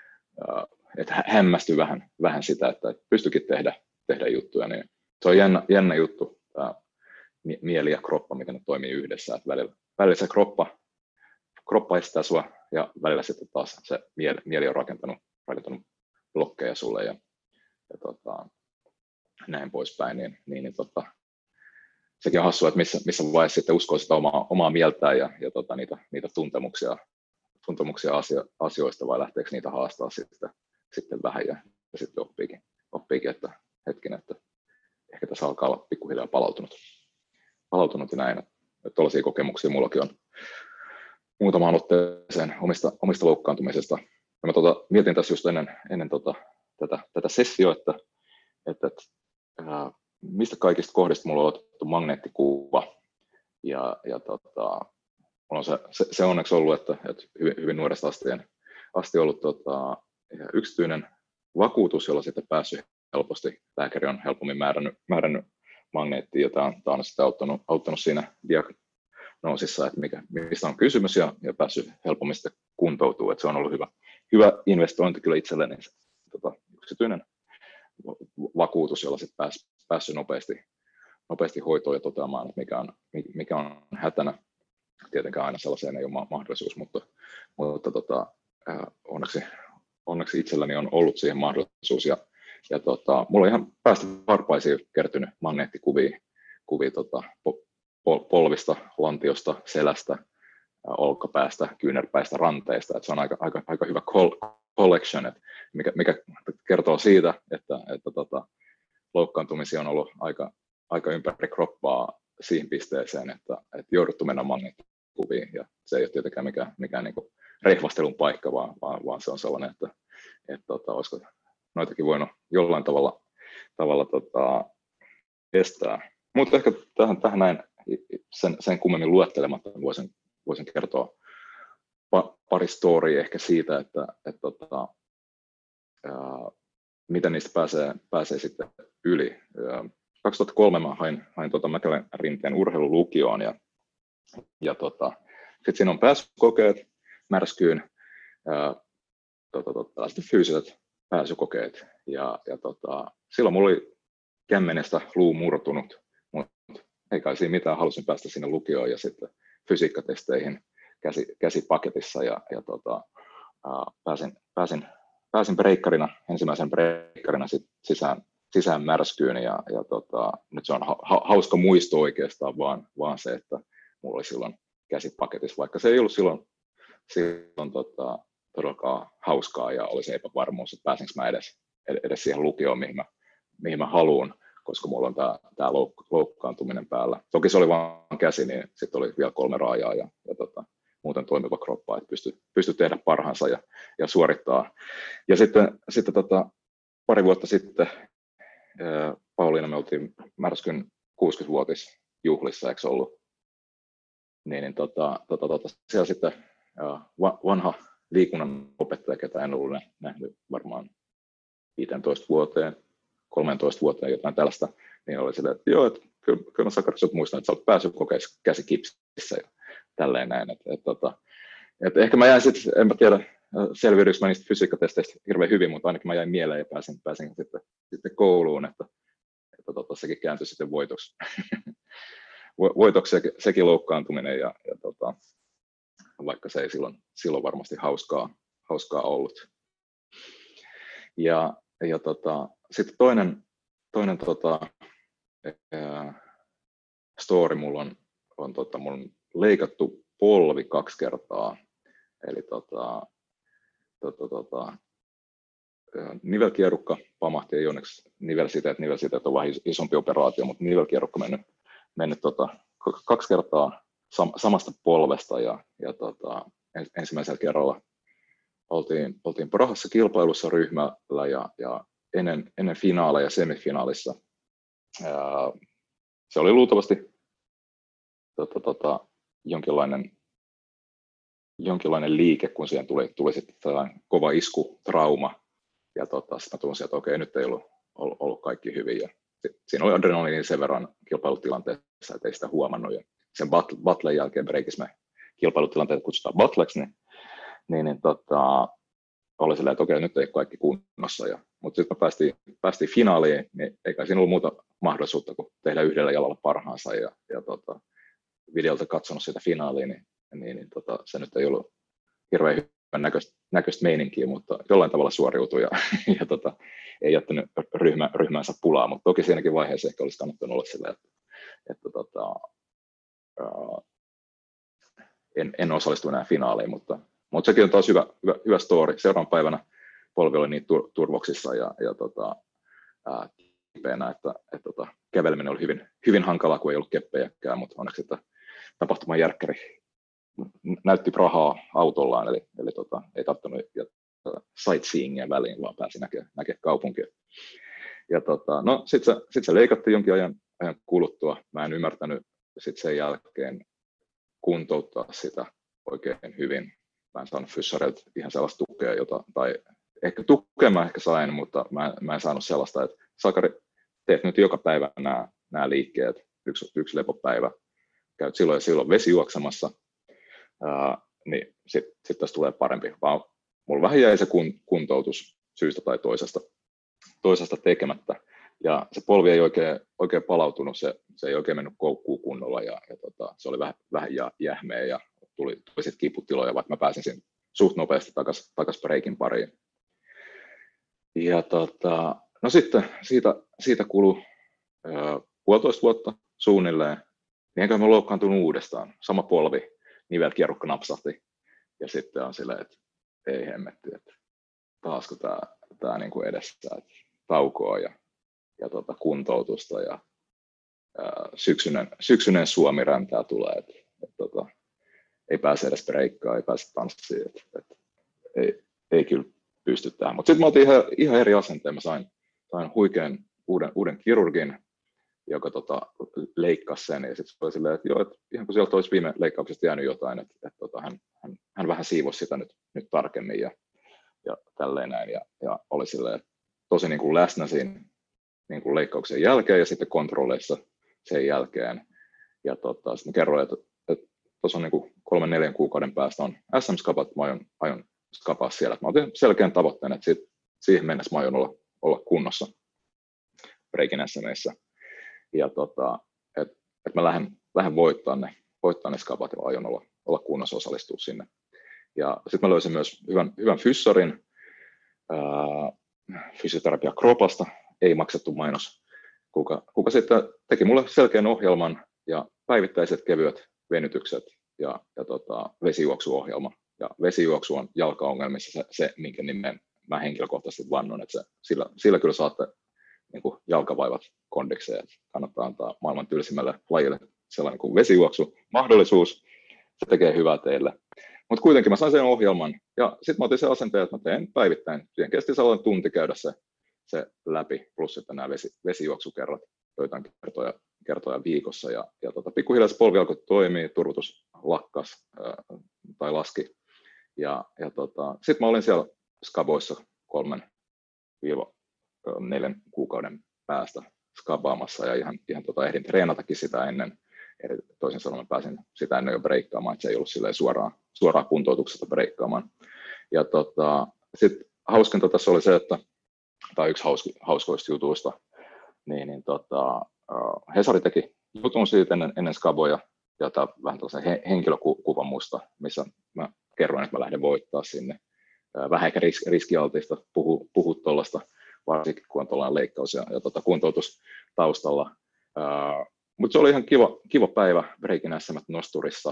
että hämmästyi vähän, vähän sitä, että pystyikin tehdä, tehdä juttuja. Niin se on jännä, jännä juttu, tämä mieli ja kroppa, mikä ne toimii yhdessä. Että välillä, välillä se kroppa, kroppa estää sua, ja välillä sitten taas se mieli, mieli on rakentanut, rakentanut blokkeja sulle ja, ja tota, näin poispäin. Niin, niin, niin tota, sekin on hassua, että missä, missä vaiheessa sitten uskoo sitä omaa, omaa mieltään ja, ja tota, niitä, niitä tuntemuksia, tuntemuksia asio, asioista, vai lähteekö niitä haastaa sitten, sitten vähän ja, ja sitten oppiikin, oppiikin, että hetkinen, että ehkä tässä alkaa olla pikkuhiljaa palautunut, palautunut ja näin. Tuollaisia kokemuksia mullakin on muutamaan otteeseen omista, omista loukkaantumisesta. Ja mä tota, mietin tässä just ennen, ennen tota, tätä, tätä sessioa, että, että, että ää, mistä kaikista kohdista mulla on otettu magneettikuva. Ja, ja tota, mulla on se, se, se onneksi ollut, että, että hyvin, hyvin nuoresta asti, asti ollut tota, yksityinen vakuutus, jolla sitten päässyt helposti. Lääkäri on helpommin määrännyt, määrännyt magneettia, ja tämä on, tämä on sitten auttanut, auttanut siinä diagnoosissa, että mikä, mistä on kysymys, ja, ja päässyt helpommin sitten kuntoutumaan. Että se on ollut hyvä, hyvä investointi kyllä itselleni, se tota, yksityinen vakuutus, jolla sitten pääs, päässyt nopeasti, nopeasti hoitoon ja toteamaan, että mikä on, mikä on hätänä. Tietenkään aina sellaiseen ei ole mahdollisuus, mutta, mutta tota, onneksi, onneksi itselläni on ollut siihen mahdollisuus. Ja, ja tota, mulla on ihan päästä varpaisiin kertynyt magneettikuvia kuvia, tota, pol, polvista, lantiosta, selästä, olkapäästä, kyynärpäistä, ranteista. Et se on aika, aika, aika hyvä collection, et mikä, mikä kertoo siitä, että, että tota, loukkaantumisia on ollut aika, aika ympäri kroppaa siihen pisteeseen, että, että jouduttu mennä magneettikuvaan kuviin. Ja se ei ole tietenkään mikään, mikään niin kuin rehvastelun paikka, vaan, vaan, vaan se on sellainen, että, että tota, olisiko noitakin voinut jollain tavalla, tavalla tota, estää. Mutta ehkä tähän, tähän näin sen, sen kummemmin luettelematta voisin, voisin kertoa pa, pari storya ehkä siitä, että, että tota, ää, miten niistä pääsee, pääsee sitten yli. kaksituhattakolme mä hain, hain tota Mäkelän Rinteen urheilulukioon ja, ja tota, sitten siinä on pääsykokeet märskyyn, ää, tota, tota, sitten fyysiset pääsykokeet ja, ja tota, silloin mulla oli kämmenestä luu murtunut, mutta ei kai siinä mitään, halusin päästä sinne lukioon ja sitten fysiikkatesteihin käsi, käsipaketissa ja, ja tota, ää, pääsin, pääsin Pääsin breikkarina, ensimmäisen breikkarina sit sisään, sisään märskyyn ja, ja tota, nyt se on ha, hauska muisto oikeastaan vaan, vaan se, että mulla oli silloin käsipaketissa, vaikka se ei ollut silloin, silloin tota, todellakaan hauskaa ja oli se epävarmuus, että pääsinkö mä edes, edes siihen lukioon, mihin mä, mihin mä haluan, koska mulla on tää, tää louk- loukkaantuminen päällä. Toki se oli vaan käsi, niin sitten oli vielä kolme raajaa ja, ja tota, muuten toimiva kroppa, että pystyy pysty tehdä parhaansa ja, ja suorittaa. Ja sitten, sitten tota, pari vuotta sitten ää, Pauliina me oltiin Märskyn kuusikymmenvuotisjuhlissa, eikö ollut? Niin, niin tota, tota, tota, siellä sitten ää, vanha liikunnan opettaja, ketä en ollut nähnyt varmaan viisitoista vuoteen, kolmetoista vuoteen, jotain tällaista, niin oli silleen, että joo, että kyllä, kyllä mä Sakari, sut muistan, että sä olet päässyt kokeessa käsikipsissä ja tälleen näin. Et, et, tota, et ehkä mä jäin sitten, en mä tiedä, selviydyykö mä niistä fysiikkatesteistä hirveän hyvin, mutta ainakin mä jäin mieleen ja pääsin, pääsin sitten, sitten kouluun, että, että tota, sekin kääntyi sitten voitoksi. voitoksi sekin, sekin loukkaantuminen, ja, ja tota, vaikka se ei silloin, silloin varmasti hauskaa, hauskaa ollut. Ja, ja tota, sitten toinen, toinen tota, ää, story mulla on, on tota, mulla on leikattu polvi kaksi kertaa, eli tota, tota, tota, nivelkierukka pamahti, ei onneksi nivelsiteet, nivelsiteet on vähän isompi operaatio, mutta nivelkierukka mennyt, mennyt tota, kaksi kertaa sam, samasta polvesta, ja, ja tota, ensimmäisellä kerralla oltiin, oltiin Prahassa kilpailussa ryhmällä, ja, ja ennen, ennen finaaleja semifinaalissa ää, se oli luultavasti tota, tota, jonkinlainen, jonkinlainen liike, kun siihen tuli, tuli sitten tällainen kova isku, trauma, ja tota, sitten mä tunsin, että okei, nyt ei ollut, ollut, ollut kaikki hyvin, ja sit, siinä oli adrenaliini sen verran kilpailutilanteessa, että ei sitä huomannut, ja sen battlen jälkeen breakissä me kilpailutilanteet kutsutaan battleksi, niin, niin, niin tota, oli silleen, että okei, nyt ei kaikki kunnossa, ja, mutta sitten me päästiin, päästiin finaaliin, niin eikä siinä ollut muuta mahdollisuutta kuin tehdä yhdellä jalalla parhaansa, ja, ja tota, videolta katsonut sitä finaalia, niin, niin, niin tota, se nyt ei ollut hirveän hyvän näköistä, näköistä meininkiä, mutta jollain tavalla suoriutui ja, ja tota, ei jättänyt ryhmä, ryhmänsä pulaa, mutta toki siinäkin vaiheessa ehkä olisi kannattanut olla sillä, että, että tota, ää, en, en osallistu enää finaaliin, mutta, mutta sekin on taas hyvä, hyvä, hyvä story. Seuraavan päivänä polvi oli niin tur, turvoksissa ja, ja tota, ää, kipeänä, että, että tota, käveleminen oli hyvin, hyvin hankalaa, kun ei ollut keppejäkään, mutta onneksi että tapahtuman järkkäri näytti Prahaa autollaan, eli, eli tota, ei tarttunut sightseeingia väliin, vaan pääsi näkemään näke kaupunkia. Ja tota, no, sitten se, sit se leikattiin jonkin ajan, ajan kuluttua. Mä en ymmärtänyt sit sen jälkeen kuntouttaa sitä oikein hyvin. Mä en saanut fyssareilta ihan sellaista tukea, jota, tai ehkä tukea mä ehkä sain, mutta mä, mä en saanut sellaista, että Sakari, teet nyt joka päivä nämä, nämä liikkeet, yksi, yksi lepopäivä, käyt silloin ja silloin vesijuoksemassa, ää, niin sitten sit tästä tulee parempi. Vaan mulla vähän jäi se kun, kuntoutus syystä tai toisesta, toisesta tekemättä, ja se polvi ei oikein, oikein palautunut, se, se ei oikein mennyt koukkuun kunnolla, ja, ja tota, se oli vähän, vähän jähmeä, ja tuli, tuli sitten kiputiloja, vaikka mä pääsin siinä suht nopeasti takaisin takas breikin pariin. Ja tota, no sitten siitä, siitä kului ää, puolitoista vuotta suunnilleen, niin enkä mä loukkaantunut uudestaan. Sama polvi, nivelkierukka napsahti, ja sitten on silleen, että ei hemmetti, että taasko tää, tää niinku edessä, että taukoa ja, ja tota kuntoutusta, ja ää, syksyinen, syksyinen Suomi-räntää tulee, että et tota, ei pääse edes breikkaan, ei pääse tanssiin, että et, ei, ei kyllä pysty tähän. Mutta sitten mä otin ihan, ihan eri asenteen, mä sain, sain huikean uuden, uuden kirurgin, joka tota, leikkasi sen, ja sitten se oli silleen, että joo, että ihan kun sieltä olisi viime leikkauksesta jäänyt jotain, että, että tota, hän, hän, hän vähän siivosi sitä nyt, nyt tarkemmin ja, ja tälleen näin, ja, ja oli silleen tosi niin kuin läsnä siinä niin kuin leikkauksen jälkeen ja sitten kontrolleissa sen jälkeen. Ja tota, sitten kerroin, että tuossa on niin kuin kolmen neljän kuukauden päästä on S M-skapat, mä aion, aion skapaa siellä. Mä otin selkeän tavoitteen, että siitä, siihen mennessä mä aion olla, olla kunnossa Breakin S M:issä. Ja tota, että et mä lähden, lähden voittaa ne, voittaa ne skapat ja aion olla, olla kunnossa osallistua sinne. Ja sitten mä löysin myös hyvän, hyvän fyssarin, ää, fysioterapia Kropasta, ei maksettu mainos, kuka, kuka sitten teki mulle selkeän ohjelman ja päivittäiset kevyet venytykset ja, ja tota, vesijuoksuohjelma. Ja vesijuoksu on jalkaongelmissa se, se minkä nimen mä henkilökohtaisesti vannon, että se, sillä, sillä kyllä saatte niin kuin jalkavaivat kondikseen, että kannattaa antaa maailman tylsimmälle lajille sellainen kuin vesijuoksu mahdollisuus, se tekee hyvää teille. Mutta kuitenkin mä sain sen ohjelman ja sitten mä otin sen asenteen, että mä teen päivittäin. Siihen kesti sellainen tunti käydä se, se läpi, plus sitten nämä vesi, vesijuoksukerrat joitain kertoja, kertoja viikossa. Ja, ja tota, pikkuhiljaa se polvi alkoi toimia, turvotus lakkas ää, tai laski. Ja, ja tota, sitten mä olin siellä skaboissa kolmen viiva neljän kuukauden päästä skabaamassa ja ihan, ihan tota, ehdin treenatakin sitä ennen. Eli toisin sanoen pääsin sitä ennen jo breikkaamaan, että se ei ollut suoraan, suoraan kuntoutuksesta breikkaamaan. Ja tota, sitten hauskinta tässä oli se, että, tai yksi hausk, hauskoista jutuista, niin, niin tota, Hesari teki jutun siitä ennen, ennen skaboja, ja tämä vähän tällaisen he, henkilökuvan musta, missä mä kerroin, että mä lähden voittaa sinne. Vähän ehkä ris, riskialtista puhua puhu tuollaista, varsinkin kun on tuollainen leikkaus ja, ja tota, kuntoutus taustalla. Mutta se oli ihan kiva, kiva päivä Breakin S M-nosturissa.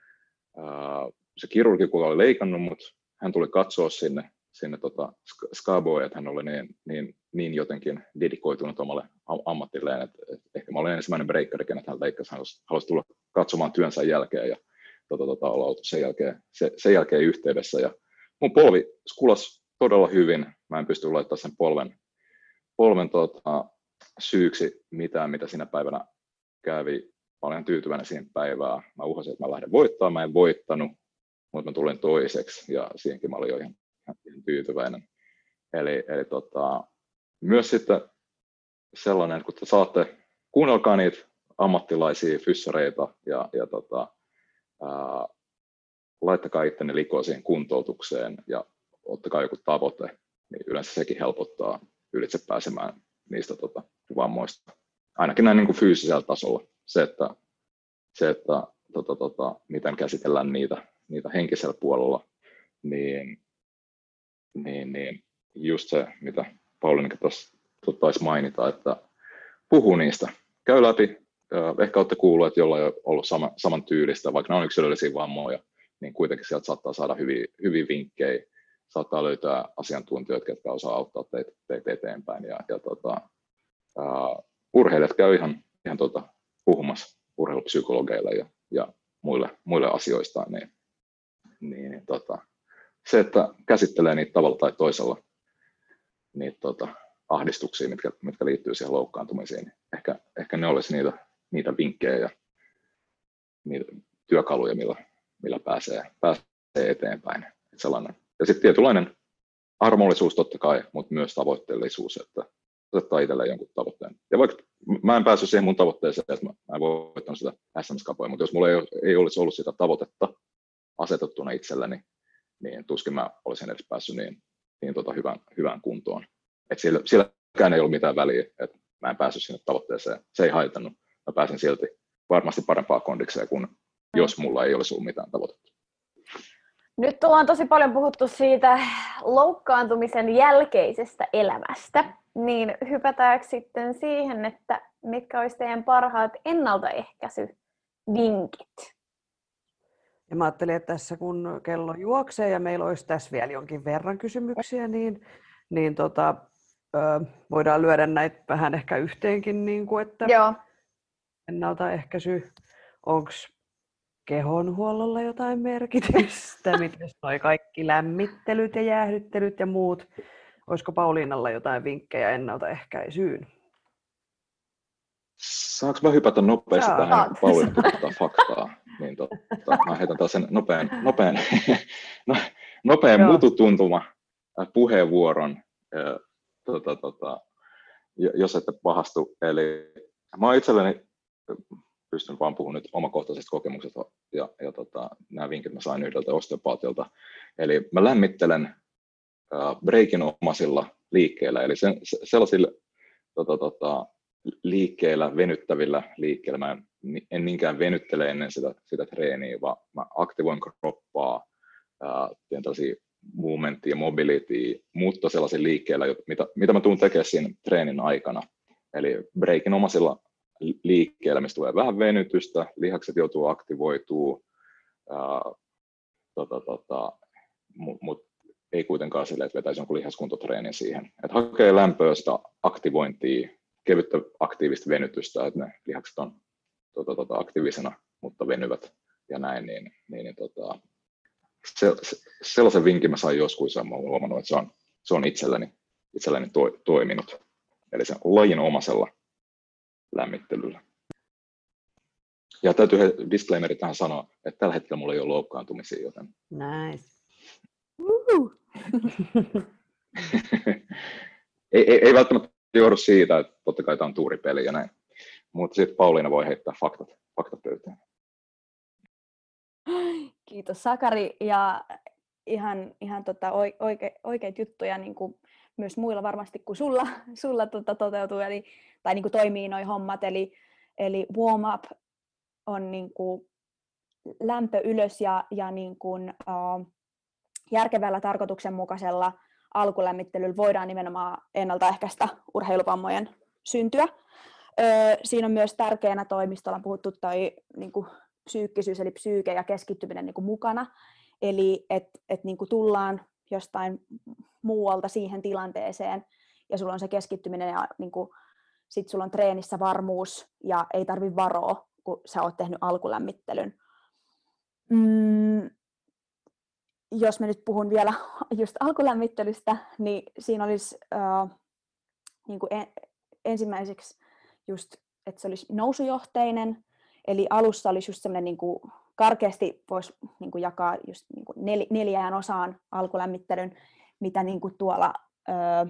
Se kirurgi, kuka oli leikannut mut, hän tuli katsoa sinne, sinne tota skaboon, että hän oli niin, niin, niin jotenkin dedikoitunut omalle ammatilleen, että et ehkä mä olin ensimmäinen breikkari, kenet hän leikkasi, hän halusi, halusi tulla katsomaan työnsä jälkeen ja tota, tota, olla oltu sen jälkeen, se, sen jälkeen yhteydessä. Ja mun polvi skulasi todella hyvin, mä en pysty laittamaan sen polven, polven tota, syyksi mitään, mitä siinä päivänä kävi. Mä olin tyytyväinen siihen päivään. Mä uhasin, että mä lähden voittamaan. Mä en voittanut, mutta mä tulin toiseksi ja siihenkin mä olin jo ihan, ihan tyytyväinen. Eli, eli tota, myös sitten sellainen, kun te saatte, kuunnelkaa niitä ammattilaisia fyssareita ja, ja tota, ää, laittakaa ittenne likoon siihen kuntoutukseen ja ottakaa joku tavoite, niin yleensä sekin helpottaa ylitse pääsemään niistä tota, vammoista. Ainakin näin niin kuin fyysisellä tasolla. Se, että, se, että tota, tota, miten käsitellään niitä, niitä henkisellä puolella, niin, niin, niin just se, mitä Pauliina tuossa taisi mainita, että puhu niistä. Käy läpi. Ehkä olette kuulleet, että jollain on ollut sama, saman tyylistä, vaikka ne on yksilöllisiä vammoja, niin kuitenkin sieltä saattaa saada hyviä, hyviä vinkkejä. Saattaa löytää asiantuntijoita, jotka osaa auttaa teitä, teitä eteenpäin. Ja, ja tota, uh, urheilijat käy ihan, ihan tota, puhumassa urheilupsykologeille ja, ja muille, muille asioista. Niin, niin, tota, se, että käsittelee niitä tavalla tai toisella, niitä tota, ahdistuksia, mitkä, mitkä liittyy siihen loukkaantumisiin, niin ehkä, ehkä ne olisi niitä, niitä vinkkejä ja niitä työkaluja, millä, millä pääsee, pääsee eteenpäin. Sellainen. Ja sitten tietynlainen armollisuus totta kai, mutta myös tavoitteellisuus, että asettaa itselleen jonkun tavoitteen. Ja vaikka mä en päässyt siihen mun tavoitteeseen, että mä, mä en voittanut sitä S M-skapoja, mutta jos mulla ei, ei olisi ollut sitä tavoitetta asetettuna itselleni, niin tuskin mä olisin edes päässyt niin, niin tota hyvään, hyvään kuntoon. Että siellä, sielläkään ei ollut mitään väliä, että mä en päässyt sinne tavoitteeseen. Se ei haitannut. Mä pääsin silti varmasti parempaa kondikseen kuin jos mulla ei olisi ollut mitään tavoitetta. Nyt ollaan tosi paljon puhuttu siitä loukkaantumisen jälkeisestä elämästä, niin hypätäänkö sitten siihen, että mitkä olisi teidän parhaat ennaltaehkäisyvinkit? Ja mä ajattelin, että tässä kun kello juoksee ja meillä olisi tässä vielä jonkin verran kysymyksiä, niin, niin tota, ö, voidaan lyödä näitä vähän ehkä yhteenkin, niin kuin, että Joo. ennaltaehkäisy, onko kehonhuollolla jotain merkitystä? Miten noi kaikki lämmittelyt ja jäähdyttelyt ja muut? Olisiko Pauliinalla jotain vinkkejä ennaltaehkäisyyn? Saanko mä hypätä nopeasti Jaa. tähän, kun Pauliina tututtaa faktaa? Niin totta, mä heitän taas sen nopean, nopean, no, nopean mututuntuma puheenvuoron, tota, tota, jos ette pahastu. Eli mä oon itselleni, pystyn vaan puhumaan nyt omakohtaisesta kokemuksesta, ja, ja tota, nämä vinkit mä sain yhdeltä osteopaatilta. Eli mä lämmittelen äh, breikinomaisilla liikkeillä, eli sen, sellaisilla tota, tota, liikkeillä, venyttävillä liikkeillä. Mä en, en niinkään venyttele ennen sitä, sitä treeniä, vaan mä aktivoin kroppaa, ää, teen tällaisia movementia ja mobility, mutta sellaisilla liikkeillä, mitä, mitä mä tuun tekemään siinä treenin aikana. Eli breikinomaisilla liikkeillä, mistä tulee vähän venytystä, lihakset joutuu aktivoitumaan, tota, tota, mutta mut ei kuitenkaan silleen, että vetäisi jonkun lihaskuntotreenin siihen. Et hakee lämpöä, sitä aktivointia, kevyttä aktiivista venytystä, että ne lihakset on tota, tota, aktiivisena, mutta venyvät ja näin, niin, niin, niin tota, se, se, sellaisen vinkin mä sain joskus ja mä olen huomannut, että se on, se on itselläni, itselläni to, toiminut. Eli sen lajinomaisella lämmittelyllä. Ja täytyy disclaimeri tähän sanoa, että tällä hetkellä mulla ei ole loukkaantumisia, joten... Nice. ei, ei, ei välttämättä johdu siitä, että totta kai tämä on tuuripeli ja näin. Mutta sitten Pauliina voi heittää faktat, faktat pöytään. Kiitos Sakari, ja ihan, ihan tota oike, oikeita juttuja niin kuin myös muilla varmasti kuin sulla, sulla tota toteutuu, eli, tai niin kuin toimii noi hommat, eli, eli warm up on niin kuin lämpö ylös ja, ja niin kuin, uh, järkevällä tarkoituksenmukaisella alkulämmittelyllä voidaan nimenomaan ennaltaehkäistä urheiluvammojen syntyä. Öö, siinä on myös tärkeänä toimistolla on puhuttu toi niin kuin psyykkisyys eli psyyke ja keskittyminen niin kuin mukana. Eli että et, niin kuin tullaan jostain muualta siihen tilanteeseen ja sulla on se keskittyminen ja niin kuin, sit sulla on treenissä varmuus ja ei tarvitse varoa, kun sä oot tehnyt alkulämmittelyn. Mm. Jos mä nyt puhun vielä just alkulämmittelystä, niin siinä olisi äh, niin kuin en, ensimmäiseksi just, että se olisi nousujohteinen, eli alussa olisi just semmoinen niin kuin karkeasti voisi niin kuin jakaa just niin kuin nel, neljään osaan alkulämmittelyn, mitä niin kuin tuolla äh,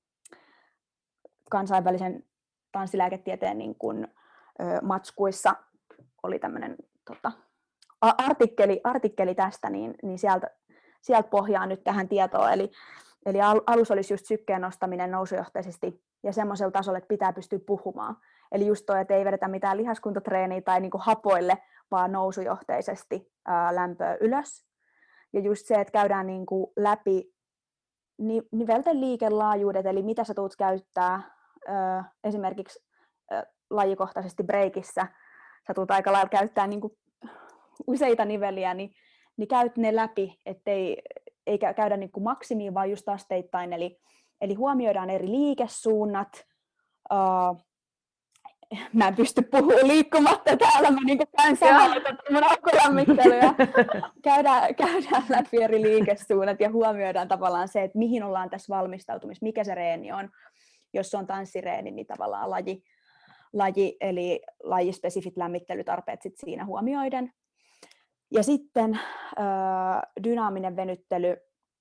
kansainvälisen tanssilääketieteen niin kuin, äh, matskuissa oli tämmöinen tota, artikkeli, artikkeli tästä, niin, niin sieltä, sieltä pohjaa nyt tähän tietoon. Eli, eli alus olisi just sykkeen nostaminen nousujohteisesti ja semmoisella tasolla, että pitää pystyä puhumaan. Eli just toi, että ei vedetä mitään lihaskuntotreeniä tai niinku hapoille, vaan nousujohteisesti ää, lämpöä ylös. Ja just se, että käydään niinku läpi nivelten liikelaajuudet, eli mitä sä tulet käyttää ää, esimerkiksi ää, lajikohtaisesti breikissä. Sä tulet aika lailla käyttää niinku useita niveliä, niin, niin käyt ne läpi, ettei ei käydä niin kuin maksimiin, vaan just asteittain. Eli, eli huomioidaan eri liikesuunnat. Uh, mä en pysty puhumaan liikkumatta täällä, mä niin käyn samalla mun alkulämmittelyä. Käydään, käydään läpi eri liikesuunnat ja huomioidaan tavallaan se, että mihin ollaan tässä valmistautumissa, mikä se reeni on. Jos se on tanssireeni, niin tavallaan laji, laji eli lajispesifit lämmittelytarpeet sit siinä huomioiden. Ja sitten äh, dynaaminen venyttely,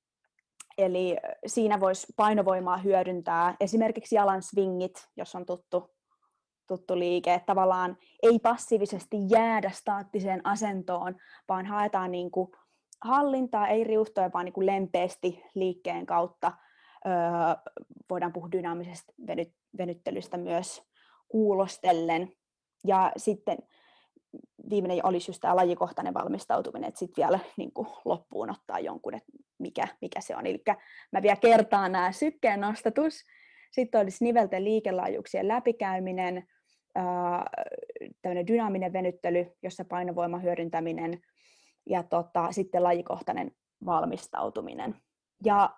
eli siinä voisi painovoimaa hyödyntää esimerkiksi jalan swingit, jos on tuttu, tuttu liike, että tavallaan ei passiivisesti jäädä staattiseen asentoon, vaan haetaan niin kuin hallintaa, ei riuhtoja, vaan niin kuin lempeästi liikkeen kautta. Öö, voidaan puhua dynaamisesta veny- venyttelystä myös kuulostellen. Ja sitten viimeinen olisi just tämä lajikohtainen valmistautuminen, että sitten vielä niin kuin loppuun ottaa jonkun, että mikä, mikä se on. Eli mä vielä kertaan nämä sykkeen nostatus, sitten olisi nivelten liikelaajuuksien läpikäyminen, tämmöinen dynaaminen venyttely, jossa painovoima hyödyntäminen ja tota, sitten lajikohtainen valmistautuminen. Ja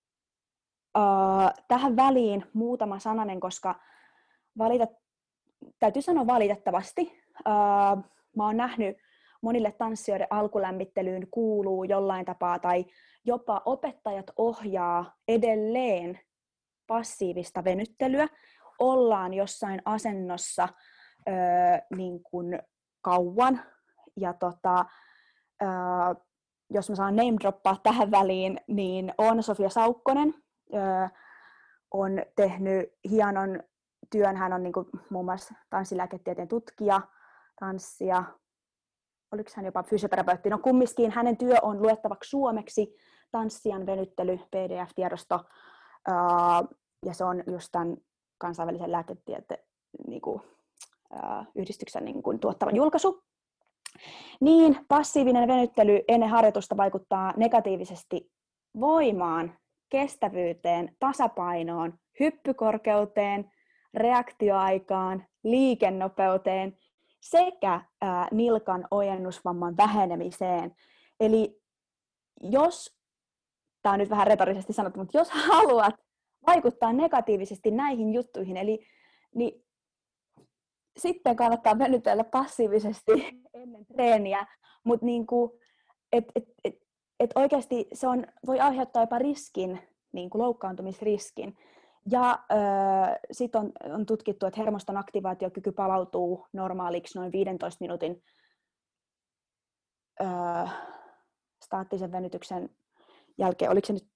äh, tähän väliin muutama sananen, koska valitet, täytyy sanoa valitettavasti, äh, mä oon nähnyt monille tanssijoiden alkulämmittelyyn kuuluu jollain tapaa, tai jopa opettajat ohjaa edelleen passiivista venyttelyä. Ollaan jossain asennossa öö, niin kuin kauan, ja tota, öö, jos mä saan name droppaa tähän väliin, niin Oona-Sofia Saukkonen öö, on tehnyt hienon työn. Hän on niin kuin muun muassa tanssilääketieteen tutkija, tanssia, oliko hän jopa fysioterapeutti, no kumminkin hänen työ on luettavaksi suomeksi, tanssijan venyttely, P D F-tiedosto, ja se on just tämän kansainvälisen lääketieteen niin kuin, yhdistyksen niin kuin, tuottava julkaisu. Niin, passiivinen venyttely ennen harjoitusta vaikuttaa negatiivisesti voimaan, kestävyyteen, tasapainoon, hyppykorkeuteen, reaktioaikaan, liikennopeuteen sekä ää, nilkan ojennusvamman vähenemiseen. Eli jos, tämä on nyt vähän retorisesti sanottu, mutta jos haluat vaikuttaa negatiivisesti näihin juttuihin, eli niin sitten kannattaa venytellä passiivisesti ennen treeniä, mutta niinku, et, et, et, et oikeasti se on, voi aiheuttaa jopa riskin, niinku loukkaantumisriskin. Ja öö, sitten on, on tutkittu, että hermoston aktivaatiokyky palautuu normaaliksi noin viidentoista minuutin öö, staattisen venytyksen jälkeen. Oliko se nyt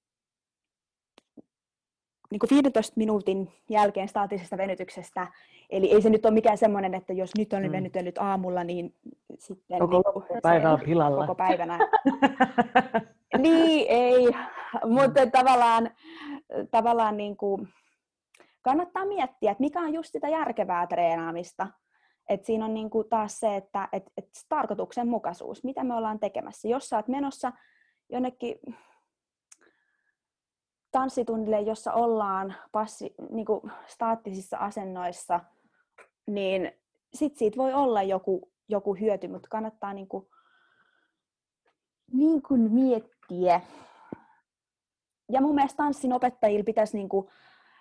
niin kuin viidentoista minuutin jälkeen staattisesta venytyksestä? Eli ei se nyt ole mikään semmoinen, että jos nyt olen venytellyt aamulla, niin sitten koko niin päivä on pilalla. Koko päivänä. Niin, ei. Mutta tavallaan, tavallaan niin kuin kannattaa miettiä, että mikä on just sitä järkevää treenaamista. Et siinä on niin kuin taas se, että et, et tarkoituksenmukaisuus, mitä me ollaan tekemässä. Jos sä oot menossa jonnekin tanssitunnille, jossa ollaan passi, niin kuin staattisissa asennoissa, niin sit siitä voi olla joku, joku hyöty, mutta kannattaa niin kuin, niin kuin miettiä. Ja mun mielestä tanssin opettajilla pitäisi, niin kuin,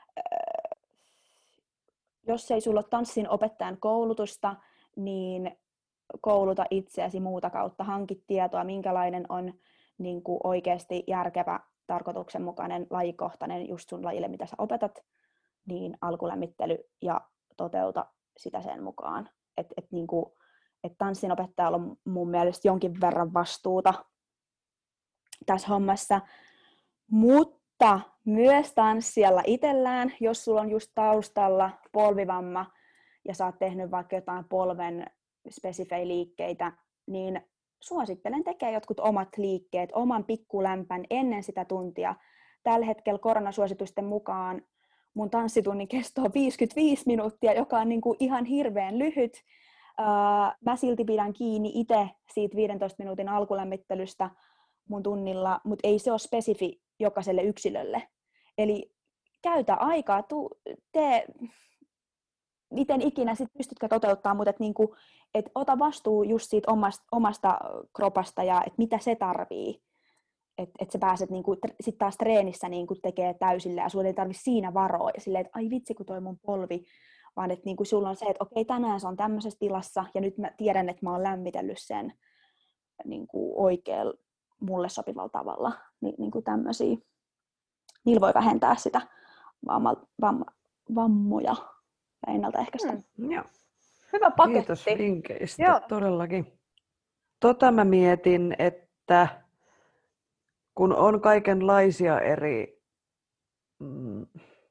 jos ei sulla ole tanssin opettajan koulutusta, niin kouluta itseäsi muuta kautta, hankit tietoa, minkälainen on niin kuin oikeasti järkevä, tarkoituksenmukainen, lajikohtainen just sun lajille, mitä sä opetat, niin alkulämmittely ja toteuta sitä sen mukaan. Että et, niin kuin, et tanssin opettajalla on mun mielestä jonkin verran vastuuta tässä hommassa, mutta myös tanssijalla itsellään, jos sulla on just taustalla polvivamma ja sä oot tehnyt vaikka jotain polven spesifejä liikkeitä, niin suosittelen tekemään jotkut omat liikkeet, oman pikkulämpän ennen sitä tuntia. Tällä hetkellä koronasuositusten mukaan mun tanssitunnin kesto on viisikymmentäviisi minuuttia, joka on niin kuin ihan hirveän lyhyt. Mä silti pidän kiinni itse siitä viidentoista minuutin alkulämmittelystä mun tunnilla, mutta ei se ole spesifi jokaiselle yksilölle. Eli käytä aikaa, tuu, tee miten ikinä sit pystytkö toteuttaa, mutta et niinku, et ota vastuu just siitä omasta, omasta kropasta ja et mitä se tarvii. Että et sä pääset niinku, sit taas treenissä niinku tekee täysillä ja sulla ei tarvitse siinä varoa. Ja silleen, että ai vitsi kun toi mun polvi. Vaan että niinku sulla on se, että okei tänään se on tämmöisessä tilassa ja nyt mä tiedän, että mä oon lämmitellyt sen niinku oikealla mulle sopivalla tavalla. Ni, niinku tämmöisiä. Niillä voi vähentää sitä vamma, vamma, vammoja ja ennaltaehkäistä. Mm, joo. Hyvä paketti. Kiitos vinkkeistä, Joo. todellakin. Tota mä mietin, että kun on kaikenlaisia eri mm,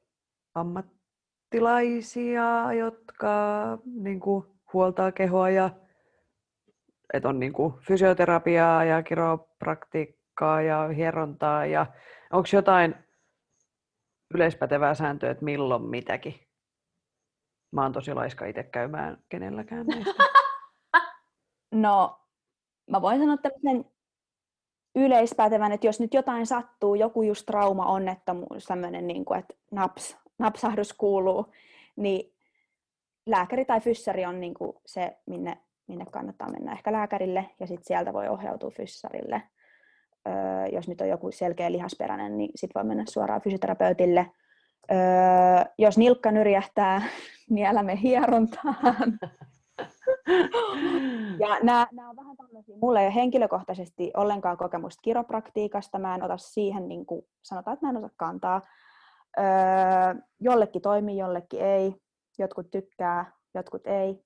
ammattilaisia, jotka niin kuin, huoltaa kehoa ja että on niin kuin, fysioterapiaa ja kiropraktiikkaa ja hierontaa ja onko jotain yleispätevää sääntöä, että milloin mitäkin? Mä oon tosi laiska itse käymään kenelläkään näistä. No, mä voin sanoa tämmöisen yleispätevän, että jos nyt jotain sattuu, joku just trauma, onnettomuus, tämmöinen, niin kuin, että naps, napsahdus kuuluu, niin lääkäri tai fyssari on niin kuin se, minne, minne kannattaa mennä ehkä lääkärille, ja sitten sieltä voi ohjautua fyssarille. Öö, jos nyt on joku selkeä lihasperäinen, niin sitten voi mennä suoraan fysioterapeutille. Öö, jos nilkka nyrjähtää, niin älä mene hierontaan. Ja nämä, nämä on vähän tämmöisiä. Mulla ei ole henkilökohtaisesti ollenkaan kokemusta kiropraktiikasta. Mä en ota siihen, niin kuin sanotaan, että mä en osaa kantaa. Öö, jollekin toimii, jollekin ei. Jotkut tykkää, jotkut ei.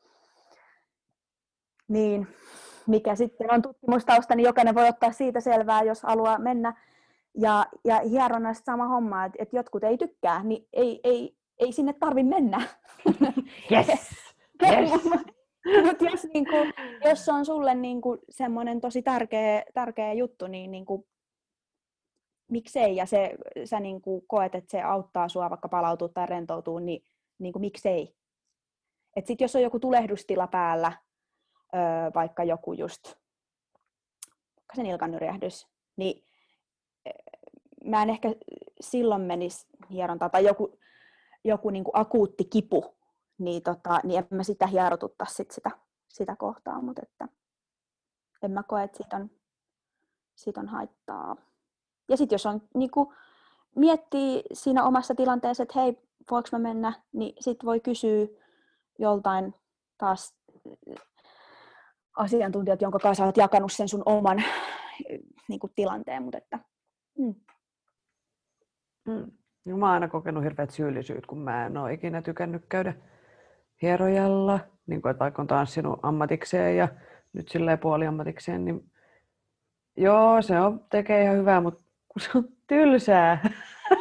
Niin, mikä sitten on tutkimustausta, niin jokainen voi ottaa siitä selvää, jos haluaa mennä. Ja, ja hieronnasta sama homma, että, että jotkut ei tykkää, niin ei, ei, ei sinne tarvitse mennä. Yes! Yes! Mutta jos, niinku, jos on sulle niinku semmoinen tosi tärkeä, tärkeä juttu, niin niinku, miksei, ja se, sä niinku koet, että se auttaa sua vaikka palautua tai rentoutua, niin niinku, miksei. Et sit jos on joku tulehdustila päällä, öö, vaikka joku just, vaikka se nilkannyrjähdys, niin mä en ehkä silloin menisi hierontaan, tai joku, joku niinku akuutti kipu, niin, tota, niin en mä sitä hierotutta sit sitä, sitä kohtaa, mutta että en mä koe, että siitä on, siitä on haittaa. Ja sitten jos on niinku, miettii siinä omassa tilanteessa, että hei, voiko mä mennä, niin sitten voi kysyä joltain taas asiantuntijat, jonka kanssa olet jakanut sen sun oman niinku, tilanteen. Mutta että, mm. Mm. No, mä oon aina kokenut hirveät syyllisyyt, kun mä en ole ikinä tykännyt käydä hierojalla, niin kuin, että vaikka on tanssinut ammatikseen ja nyt silleen puoliammatikseen, niin joo, se on, tekee ihan hyvää, mutta kun se on tylsää.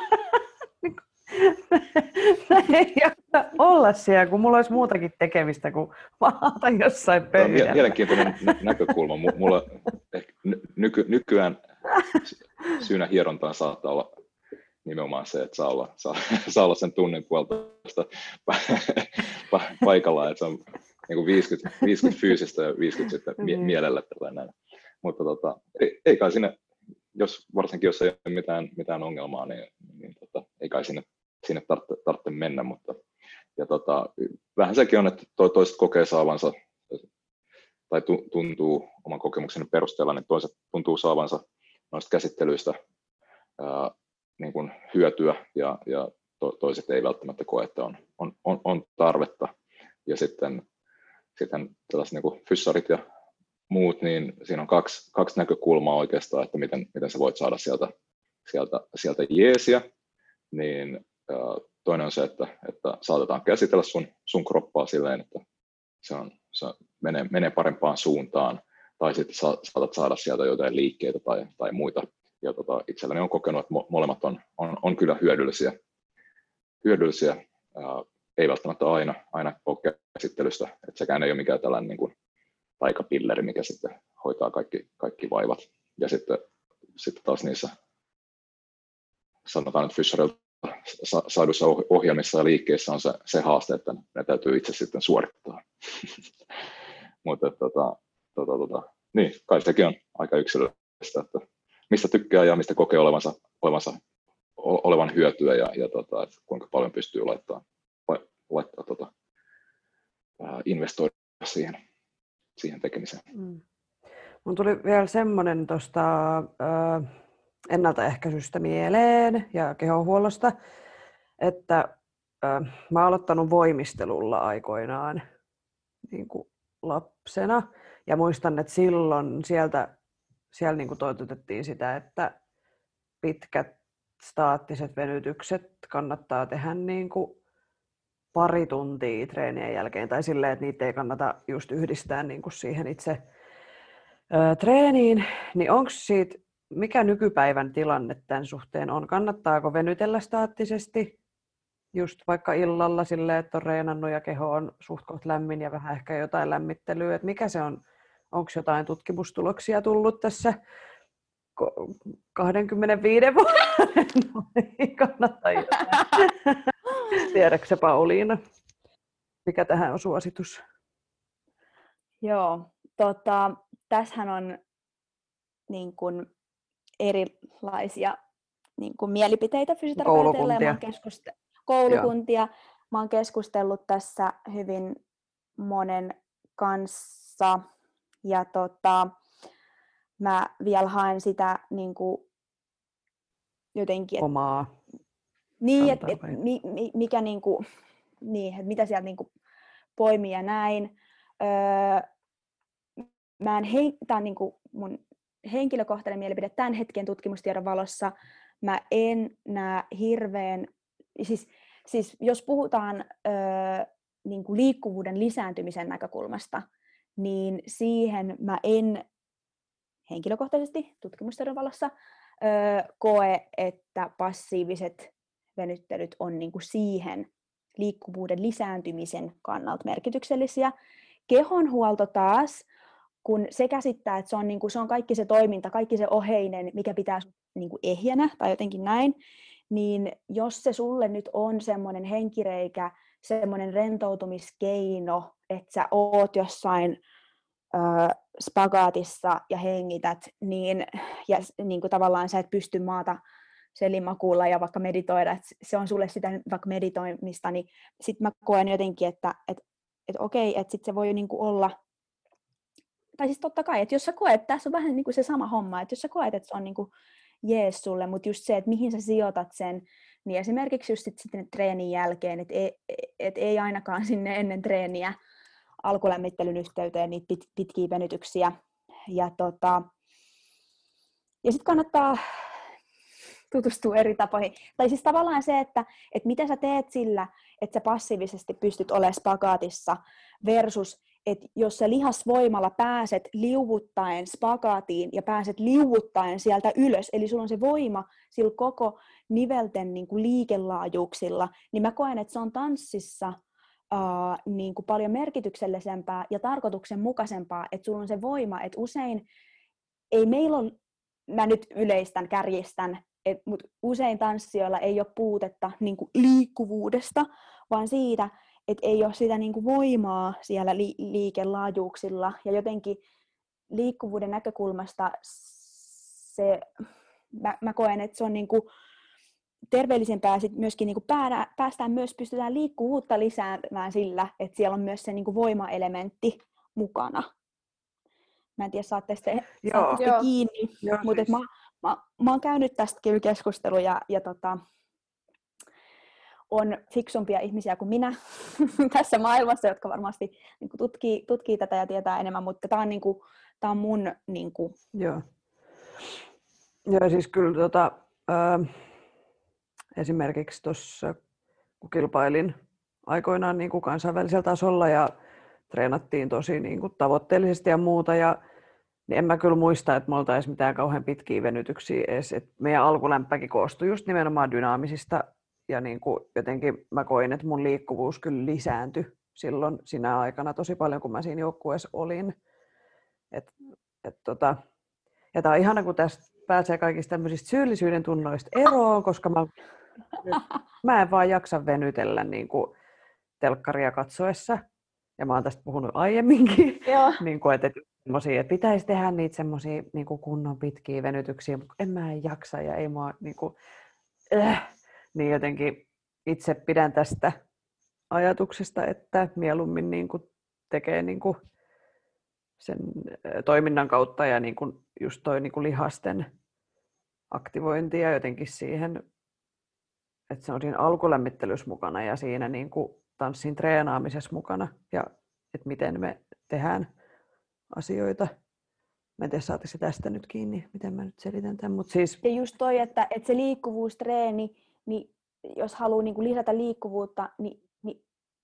Mä ei jaksa olla siellä, kun mulla olisi muutakin tekemistä kuin maata jossain pöydällä. Tämä on mielenkiintoinen nä- näkökulma. Mulla nyky- nykyään syynä hierontaan saattaa olla nimenomaan se, että saa olla, saa, saa olla sen tunnin puolesta paikalla, että se on niin viisikymmentä, viisikymmentä fyysistä ja viisikymmentä sitten mie- mielellä tällainen. Mutta tota, ei, ei kai sinne, jos, varsinkin jos ei ole mitään, mitään ongelmaa, niin, niin tota, ei kai sinne, sinne tarvitse, tarvitse mennä. Mutta, ja tota, vähän sekin on, että toiset kokee saavansa, tai tuntuu oman kokemuksen perusteella, niin toiset tuntuu saavansa noista käsittelyistä ää, niin kuin hyötyä, ja, ja to, toiset ei välttämättä koe, että on, on, on, on tarvetta. Ja sitten, sitten tällaiset niin kuin fyssarit ja muut, niin siinä on kaksi, kaksi näkökulmaa oikeastaan, että miten, miten sä voit saada sieltä, sieltä, sieltä jeesiä. Niin, ää, toinen on se, että, että saatetaan käsitellä sun, sun kroppaa silleen, että se, on, se menee, menee parempaan suuntaan, tai sitten sa, saatat saada sieltä jotain liikkeitä tai, tai muita. Ja tota, itselläni on kokenut, että molemmat on, on, on kyllä hyödyllisiä. hyödyllisiä. Ää, ei välttämättä aina, aina ole käsittelystä, että sekään ei ole mikään tällainen niin kuin taikapilleri, mikä sitten hoitaa kaikki, kaikki vaivat. Ja sitten, sitten taas niissä, sanotaan nyt fyssarilta saaduissa ohjelmissa ja liikkeissä on se, se haaste, että ne täytyy itse sitten suorittaa. Mutta tota, tota, tota, niin, kai sekin on aika yksilöllistä, että mistä tykkää ja mistä kokee olevansa, olevansa olevan hyötyä ja, ja tota, että kuinka paljon pystyy laittaa, laittaa tota, ää, investoida siihen, siihen tekemiseen. Mm. Mun tuli vielä semmoinen tuosta äh, ennaltaehkäisystä mieleen ja kehonhuollosta, että äh, mä oon aloittanut voimistelulla aikoinaan niin kuin lapsena ja muistan, että silloin sieltä siellä niin kuin toitotettiin sitä, että pitkät staattiset venytykset kannattaa tehdä niin kuin pari tuntia treenien jälkeen tai silleen, että niitä ei kannata just yhdistää niin kuin siihen itse ö, treeniin. Niin onko siitä, mikä nykypäivän tilanne tämän suhteen on? Kannattaako venytellä staattisesti just vaikka illalla silleen, että on reenannut ja keho on suht koht lämmin ja vähän ehkä jotain lämmittelyä? Et mikä se on? Onko jotain tutkimustuloksia tullut tässä kaksikymmentäviisi vuoden kannattajia? Tiedätkö Pauliina, mikä tähän on suositus? Joo, tota, tässähän on niin kuin erilaisia niin kuin mielipiteitä fysioterapeuteilla ja mä oon keskuste- koulukuntia. Mä oon keskustellut tässä hyvin monen kanssa ja tota, mä vielä haen sitä niin kuin jotenkin, omaa niin, et, et, mi, mi, mikä niin kuin, niin, että mitä sieltä niin kuin poimii ja näin. öö, mä en he, tää on niinku mun henkilökohtainen mielipide tämän hetken tutkimustiedon valossa. Mä en näe hirveän, siis, siis jos puhutaan öö, niinku liikkuvuuden lisääntymisen näkökulmasta, niin siihen mä en henkilökohtaisesti tutkimustiedon valossa öö, koe, että passiiviset venyttelyt on niinku siihen liikkuvuuden lisääntymisen kannalta merkityksellisiä. Kehonhuolto taas, kun se käsittää, että se on, niinku, se on kaikki se toiminta, kaikki se oheinen, mikä pitää niinku ehjänä tai jotenkin näin, niin jos se sulle nyt on semmoinen henkireikä, semmoinen rentoutumiskeino, että sä oot jossain ö, spagaatissa ja hengität, niin, ja niin kuin tavallaan sä et pysty maata selimakuulla ja vaikka meditoida, että se on sulle sitä vaikka meditoimista, niin sit mä koen jotenkin, että et, et okei, että sit se voi niinku olla, tai siis totta kai, että jos sä koet, tässä on vähän niinku se sama homma, että jos sä koet, että se on niinku jees sulle, mutta just se, että mihin sä sijoitat sen, niin esimerkiksi just sit sitten treenin jälkeen, että ei, et ei ainakaan sinne ennen treeniä alkulämmittelyn yhteyteen niitä pit, pitkiä venytyksiä. Ja, tota, ja sitten kannattaa tutustua eri tapoihin. Tai siis tavallaan se, että, että mitä sä teet sillä, että sä passiivisesti pystyt olemaan spagaatissa versus, että jos sä lihasvoimalla pääset liuvuttaen spagaatiin ja pääset liuvuttaen sieltä ylös, eli sulla on se voima sillä koko nivelten niin kuin liikelaajuuksilla, niin mä koen, että se on tanssissa uh, niin kuin paljon merkityksellisempää ja tarkoituksenmukaisempaa, että sulla on se voima, että usein ei meillä ole, mä nyt yleistän, kärjistän, et, mutta usein tanssijoilla ei ole puutetta niin kuin liikkuvuudesta, vaan siitä, että ei ole sitä niin kuin voimaa siellä li- liikelaajuuksilla. Ja jotenkin liikkuvuuden näkökulmasta se, mä, mä koen, että se on niin kuin terveellisempää. Sit myöskin niin kuin päädä, päästään myös, pystytään liikkuvuutta lisäämään sillä, että siellä on myös se niin kuin voimaelementti mukana. Mä en tiedä, saatte sitten kiinni, Joo, mutta siis. mä, mä, mä oon käynyt tästä keskustelua ja, ja tota, on fiksumpia ihmisiä kuin minä tässä maailmassa, jotka varmasti niin kuin tutkii, tutkii tätä ja tietää enemmän, mutta tämä on, niin kuin, tämä on mun... Niin kuin... Joo. Joo, siis kyllä tota, äh, esimerkiksi tuossa, kun kilpailin aikoinaan niin kuin kansainvälisellä tasolla ja treenattiin tosi niin kuin tavoitteellisesti ja muuta, ja niin en mä kyllä muista, että me oltaisiin mitään kauhean pitkiä venytyksiä edes. Et meidän alkulämpäkin koostui just nimenomaan dynaamisista, ja niin kuin jotenkin mä koin, että mun liikkuvuus kyllä lisääntyi silloin sinä aikana tosi paljon, kun mä siinä joukkueessa olin. Et, et tota, ja tää on ihana, kun tästä pääsee kaikista tämmöisistä syyllisyyden tunnoista eroon, koska mä, mä en vaan jaksa venytellä niin kuin telkkaria katsoessa. Ja mä oon tästä puhunut aiemminkin, niin kuin, että, että, että pitäisi tehdä niitä semmoisia niin kuin kunnon pitkiä venytyksiä, mutta en mä en jaksa ja ei mua niin kuin, äh, niin jotenkin itse pidän tästä ajatuksesta, että mieluummin niin kuin tekee niin kuin sen toiminnan kautta ja niin kuin just toi niin kuin lihasten aktivointi ja jotenkin siihen, että se on siinä alkulämmittelyssä mukana ja siinä niin kuin tanssin treenaamisessa mukana ja että miten me tehdään asioita. Mä en tiedä, saatko se tästä nyt kiinni, miten mä nyt selitän tämän. Mut siis... Ja just toi, että, että se liikkuvuustreeni, niin jos haluaa niin kuin lisätä liikkuvuutta, niin, niin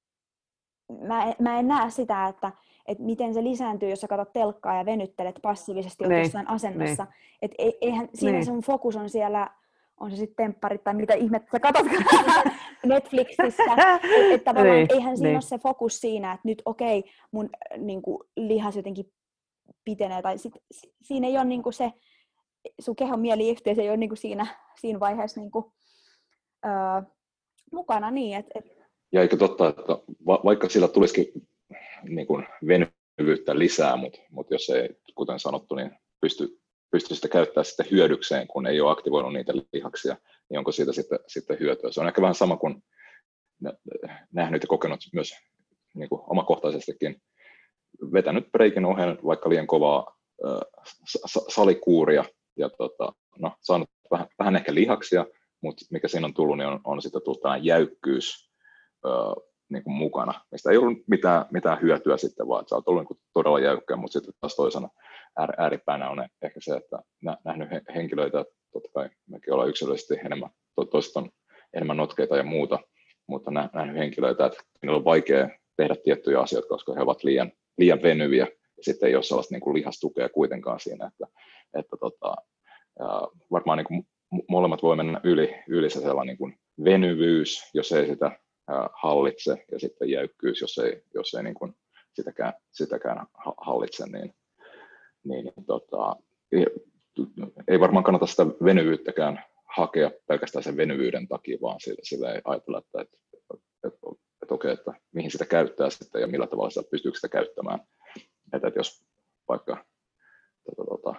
mä, en, mä en näe sitä, että, että miten se lisääntyy, jos sä katsot telkkaa ja venyttelet passiivisesti niin, jossain asennossa. Niin. Että eihän siinä niin. Sun fokus on siellä... on se sitten tempparit tai mitä ihmettä sä katsot Netflixissä, että et tavallaan niin, eihän siinä niin. Ole se fokus siinä, että nyt okei, okay, mun niin kuin, lihas jotenkin pitenee, tai sit, siinä ei ole niin kuin se, sun kehon mieli-yhteys ei ole niin kuin siinä, siinä vaiheessa niin kuin, öö, mukana niin, että... Et... Ja eikö totta, että va- vaikka sillä tulisikin niin kuin venyvyyttä lisää, mutta mut jos ei, kuten sanottu, niin pysty pystyy sitä käyttämään sitten hyödykseen, kun ei ole aktivoinut niitä lihaksia, niin onko siitä sitten, sitten hyötyä. Se on ehkä vähän sama kuin nähnyt ja kokenut myös niin kuin omakohtaisestikin, vetänyt breikin oheen vaikka liian kovaa äh, salikuuria ja tota, no, saanut vähän, vähän ehkä lihaksia, mutta mikä siinä on tullut, niin on, on sitten tullut tällainen jäykkyys, äh, niin kuin mukana, mistä ei ollut mitään, mitään hyötyä sitten, vaan että sä oot ollut niin kuin todella jäykkä, mutta sitten taas toisena ääripäänä on ehkä se, että nähnyt henkilöitä, totta kai mekin ollaan yksilöllisesti enemmän, toiset on enemmän notkeita ja muuta, mutta nähnyt henkilöitä, että niillä on vaikea tehdä tiettyjä asioita, koska he ovat liian, liian venyviä, ja sitten ei ole sellaista niin kuin lihastukea kuitenkaan siinä, että, että tota, varmaan niin kuin molemmat voi mennä yli, yli se sellainen niin kuin venyvyys, jos ei sitä hallitse, ja sitten jäykkyys, jos ei, jos ei niin kuin sitäkään, sitäkään hallitse, niin, niin tota, ei, ei varmaan kannata sitä venyvyyttäkään hakea pelkästään sen venyvyyden takia, vaan sillä, sillä ei ajatella, että, että, että, että, okei, että mihin sitä käyttää sitten ja millä tavalla sitä pystyykö sitä käyttämään. Että, että jos vaikka, tota, tota,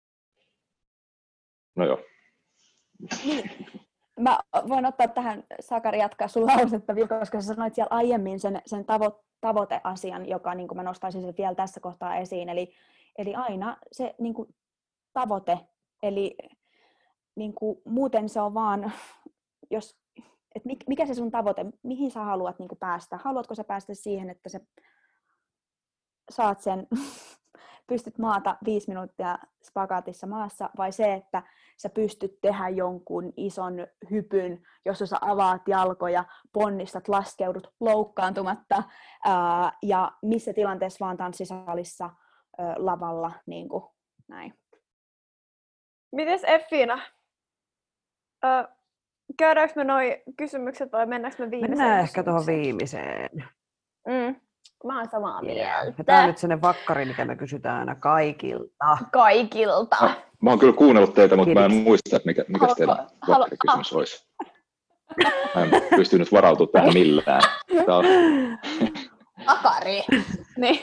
no joo. Niin. Mä voin ottaa tähän, Sakari, jatkaa sun lausetta, koska sä sanoit siellä aiemmin sen, sen tavo, tavoiteasian, joka niin kuin mä nostaisin sen vielä tässä kohtaa esiin. Eli, eli aina se niin kuin tavoite, eli niin kuin, muuten se on vaan, jos, et mikä se sun tavoite, mihin sä haluat niin kuin päästä? Haluatko sä päästä siihen, että sä saat sen, pystyt maata viisi minuuttia spagaatissa maassa, vai se, että sä pystyt tehdä jonkun ison hypyn, jossa sä avaat jalkoja, ponnistat, laskeudut loukkaantumatta, ää, ja missä tilanteessa vaan tanssisalissa, ää, lavalla, niin kuin näin. Mites Effiina? Ö, käydäänkö me noi kysymykset vai mennäänkö me viimeiseen Mennään ehkä tuohon kysymykseen? viimeiseen. Mm, mä oon samaa Yeah. mieltä. Tämä on nyt sellainen vakkari, mikä me kysytään aina kaikilta. Kaikilta. Mä, mä oon kyllä kuunnellut teitä, mutta mä en muista, että mikä, mikä Haluatko- teidän halu- vakkarikysymys olisi. Mä en pystynyt varautumaan tähän millään. Tää on... Akari. Niin.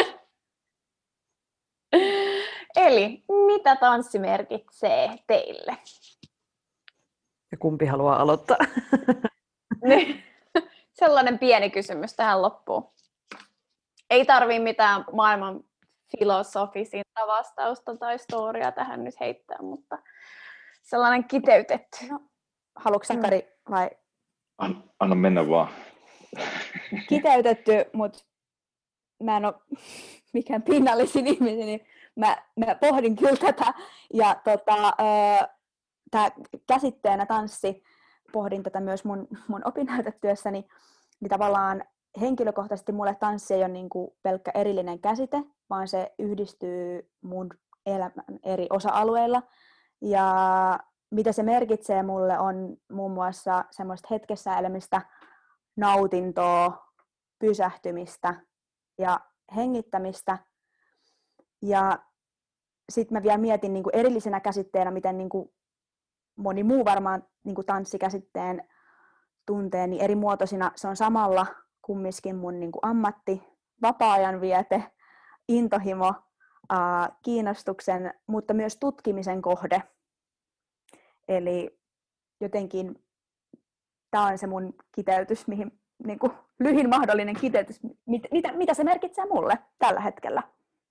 Eli mitä tanssi merkitsee teille? Ja kumpi haluaa aloittaa? Niin. Sellainen pieni kysymys tähän loppuun. Ei tarvii mitään maailman filosofisinta vastausta tai storia tähän nyt heittää, mutta sellainen kiteytetty. No, haluatko Sakari vai? An, anna mennä vaan. Kiteytetty, mutta mä en ole mikään pinnallisin ihminen, niin mä, mä pohdin kyllä tätä. Ja tota, tämä käsitteenä tanssi, pohdin tätä myös mun, mun opinnäytetyössäni, niin tavallaan henkilökohtaisesti mulle tanssi ei ole niin kuin pelkkä erillinen käsite, vaan se yhdistyy mun elämän eri osa-alueilla. Ja mitä se merkitsee mulle on muun muassa semmoista hetkessä elämistä, nautintoa, pysähtymistä ja hengittämistä. Ja sitten mä vielä mietin niin kuin erillisenä käsitteenä, miten niin kuin moni muu varmaan niin kuin tanssikäsitteen tuntee, niin eri muotoisina se on samalla kumminkin mun niin kuin ammatti, vapaa-ajan viete, intohimo, ää, kiinnostuksen, mutta myös tutkimisen kohde. Eli jotenkin tämä on se mun kiteytys, mihin, niin kuin, lyhin mahdollinen kiteytys, mit, mitä, mitä se merkitsee mulle tällä hetkellä.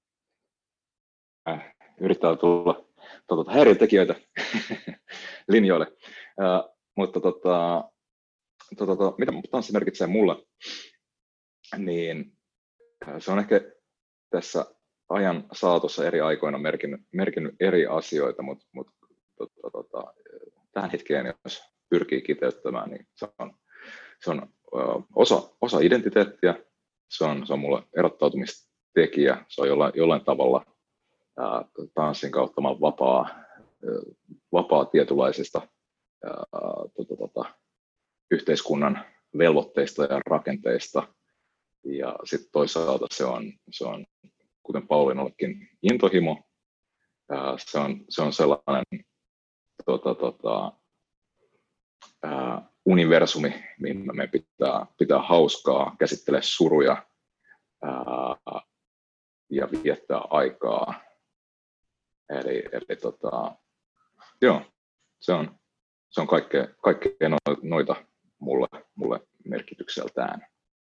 Äh, yrittää tulla tuota, häiriötekijöitä linjoille. Äh, mutta tota, tota, tota, mitä tanssi merkitsee mulle, niin se on ehkä tässä ajan saatossa eri aikoina merkinnyt, merkinnyt eri asioita, mutta, mutta tota, tota, tähän hetkeen, jos pyrkii kiteyttämään, niin se on, se on uh, osa, osa identiteettiä, se on, se on mulle erottautumistekijä, se on jollain, jollain tavalla uh, tanssin kautta vapaa, uh, vapaa tietynlaisista uh, tota, tota, yhteiskunnan velvoitteista ja rakenteista. Ja sitten toisaalta se on, se on, kuten Pauliinallekin, intohimo. Uh, se, on, se on sellainen tota, tota, uh, universumi, mihin me pitää, pitää hauskaa, käsittelee suruja uh, ja viettää aikaa. Eli, eli tota, joo, se on, se on kaikkea, kaikkea noita mulle, mulle merkitykseltään.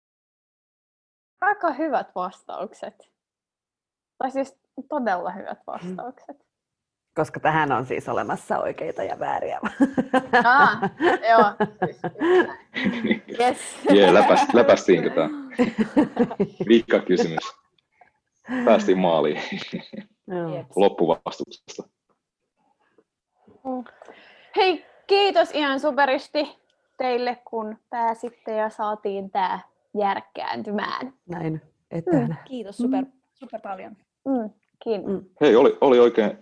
Aika hyvät vastaukset. Tai siis todella hyvät vastaukset. Koska tähän on siis olemassa oikeita ja vääriä. Ah, joo. Siis, yes. Jee, läpäs, läpästiinkö tämä? Viikka kysymys. Päästiin maaliin. Loppuvastuksesta. Hei, kiitos ihan superisti teille, kun pääsitte ja saatiin tää järkkääntymään. Näin etänä. Mm, kiitos super, super paljon. Mm, kiitos. Mm. Hei, oli, oli oikein,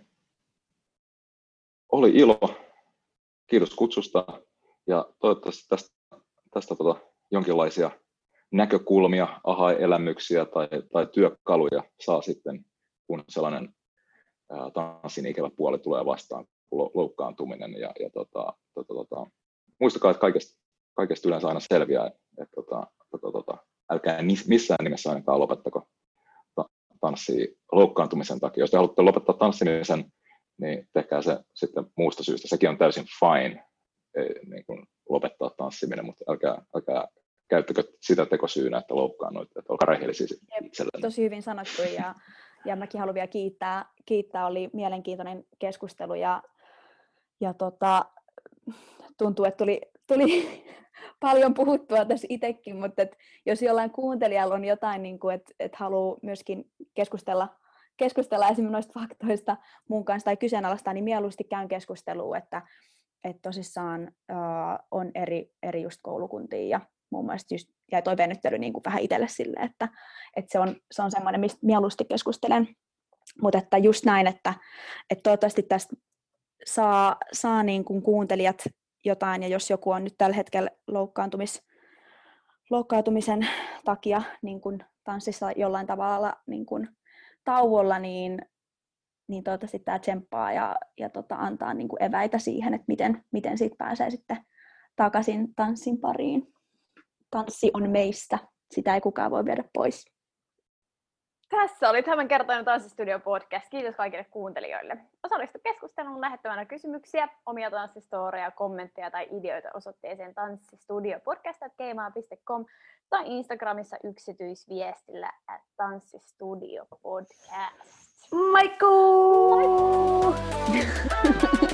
oli ilo. Kiitos kutsusta ja toivottavasti tästä, tästä tota, jonkinlaisia näkökulmia, aha-elämyksiä tai, tai työkaluja saa sitten, kun sellainen ää, tanssin ikävä puoli tulee vastaan, loukkaantuminen. Ja, ja tota, tota, tota, muistakaa, että kaikesta, kaikesta yleensä aina selviää, että tota, tota, tota, älkää missään nimessä ainakaan lopettako tanssia loukkaantumisen takia. Jos te haluatte lopettaa tanssimisen, niin tehkää se sitten muusta syystä. Sekin on täysin fine, ei, niin kuin lopettaa tanssiminen, mutta älkää, älkää käyttäkö sitä tekosyynä, että loukkaannuitte, että olkaa rehellisiä itsellenne. Tosi hyvin sanottu ja, ja mäkin haluan vielä kiittää, kiittää, oli mielenkiintoinen keskustelu ja, ja tota, tuntuu, että tuli, tuli paljon puhuttua tässä itsekin, mutta et jos jollain kuuntelijalla on jotain, niin kuin, että et haluaa myöskin keskustella, keskustella esimerkiksi noista faktoista mun kanssa tai kyseenalaistaa, niin mieluusti käyn keskustelua, että et tosissaan uh, on eri, eri just koulukuntia ja mun mielestä just jäi toi venyttely niin kuin vähän itselle silleen, että, että se on, se on semmoinen, mistä mieluusti keskustelen. Mutta että just näin, että, että toivottavasti tästä saa, saa niin kuin kuuntelijat jotain, ja jos joku on nyt tällä hetkellä loukkaantumis, loukkaantumisen takia niin kuin tanssissa jollain tavalla niin kuin tauolla, niin, niin toivottavasti tämä tsemppaa ja, ja tota, antaa niin kuin eväitä siihen, että miten, miten siitä pääsee sitten takaisin tanssin pariin. Tanssi on meistä. Sitä ei kukaan voi viedä pois. Tässä oli tämänkertainen Tanssistudio-podcast. Kiitos kaikille kuuntelijoille. Osallistu keskusteluun lähettämällä kysymyksiä, omia tanssistoreja, kommentteja tai ideoita osoitteeseen tanssistudiopodcast at gmail piste com tai Instagramissa yksityisviestillä at tanssistudiopodcast. Moikkuu! Moikkuu!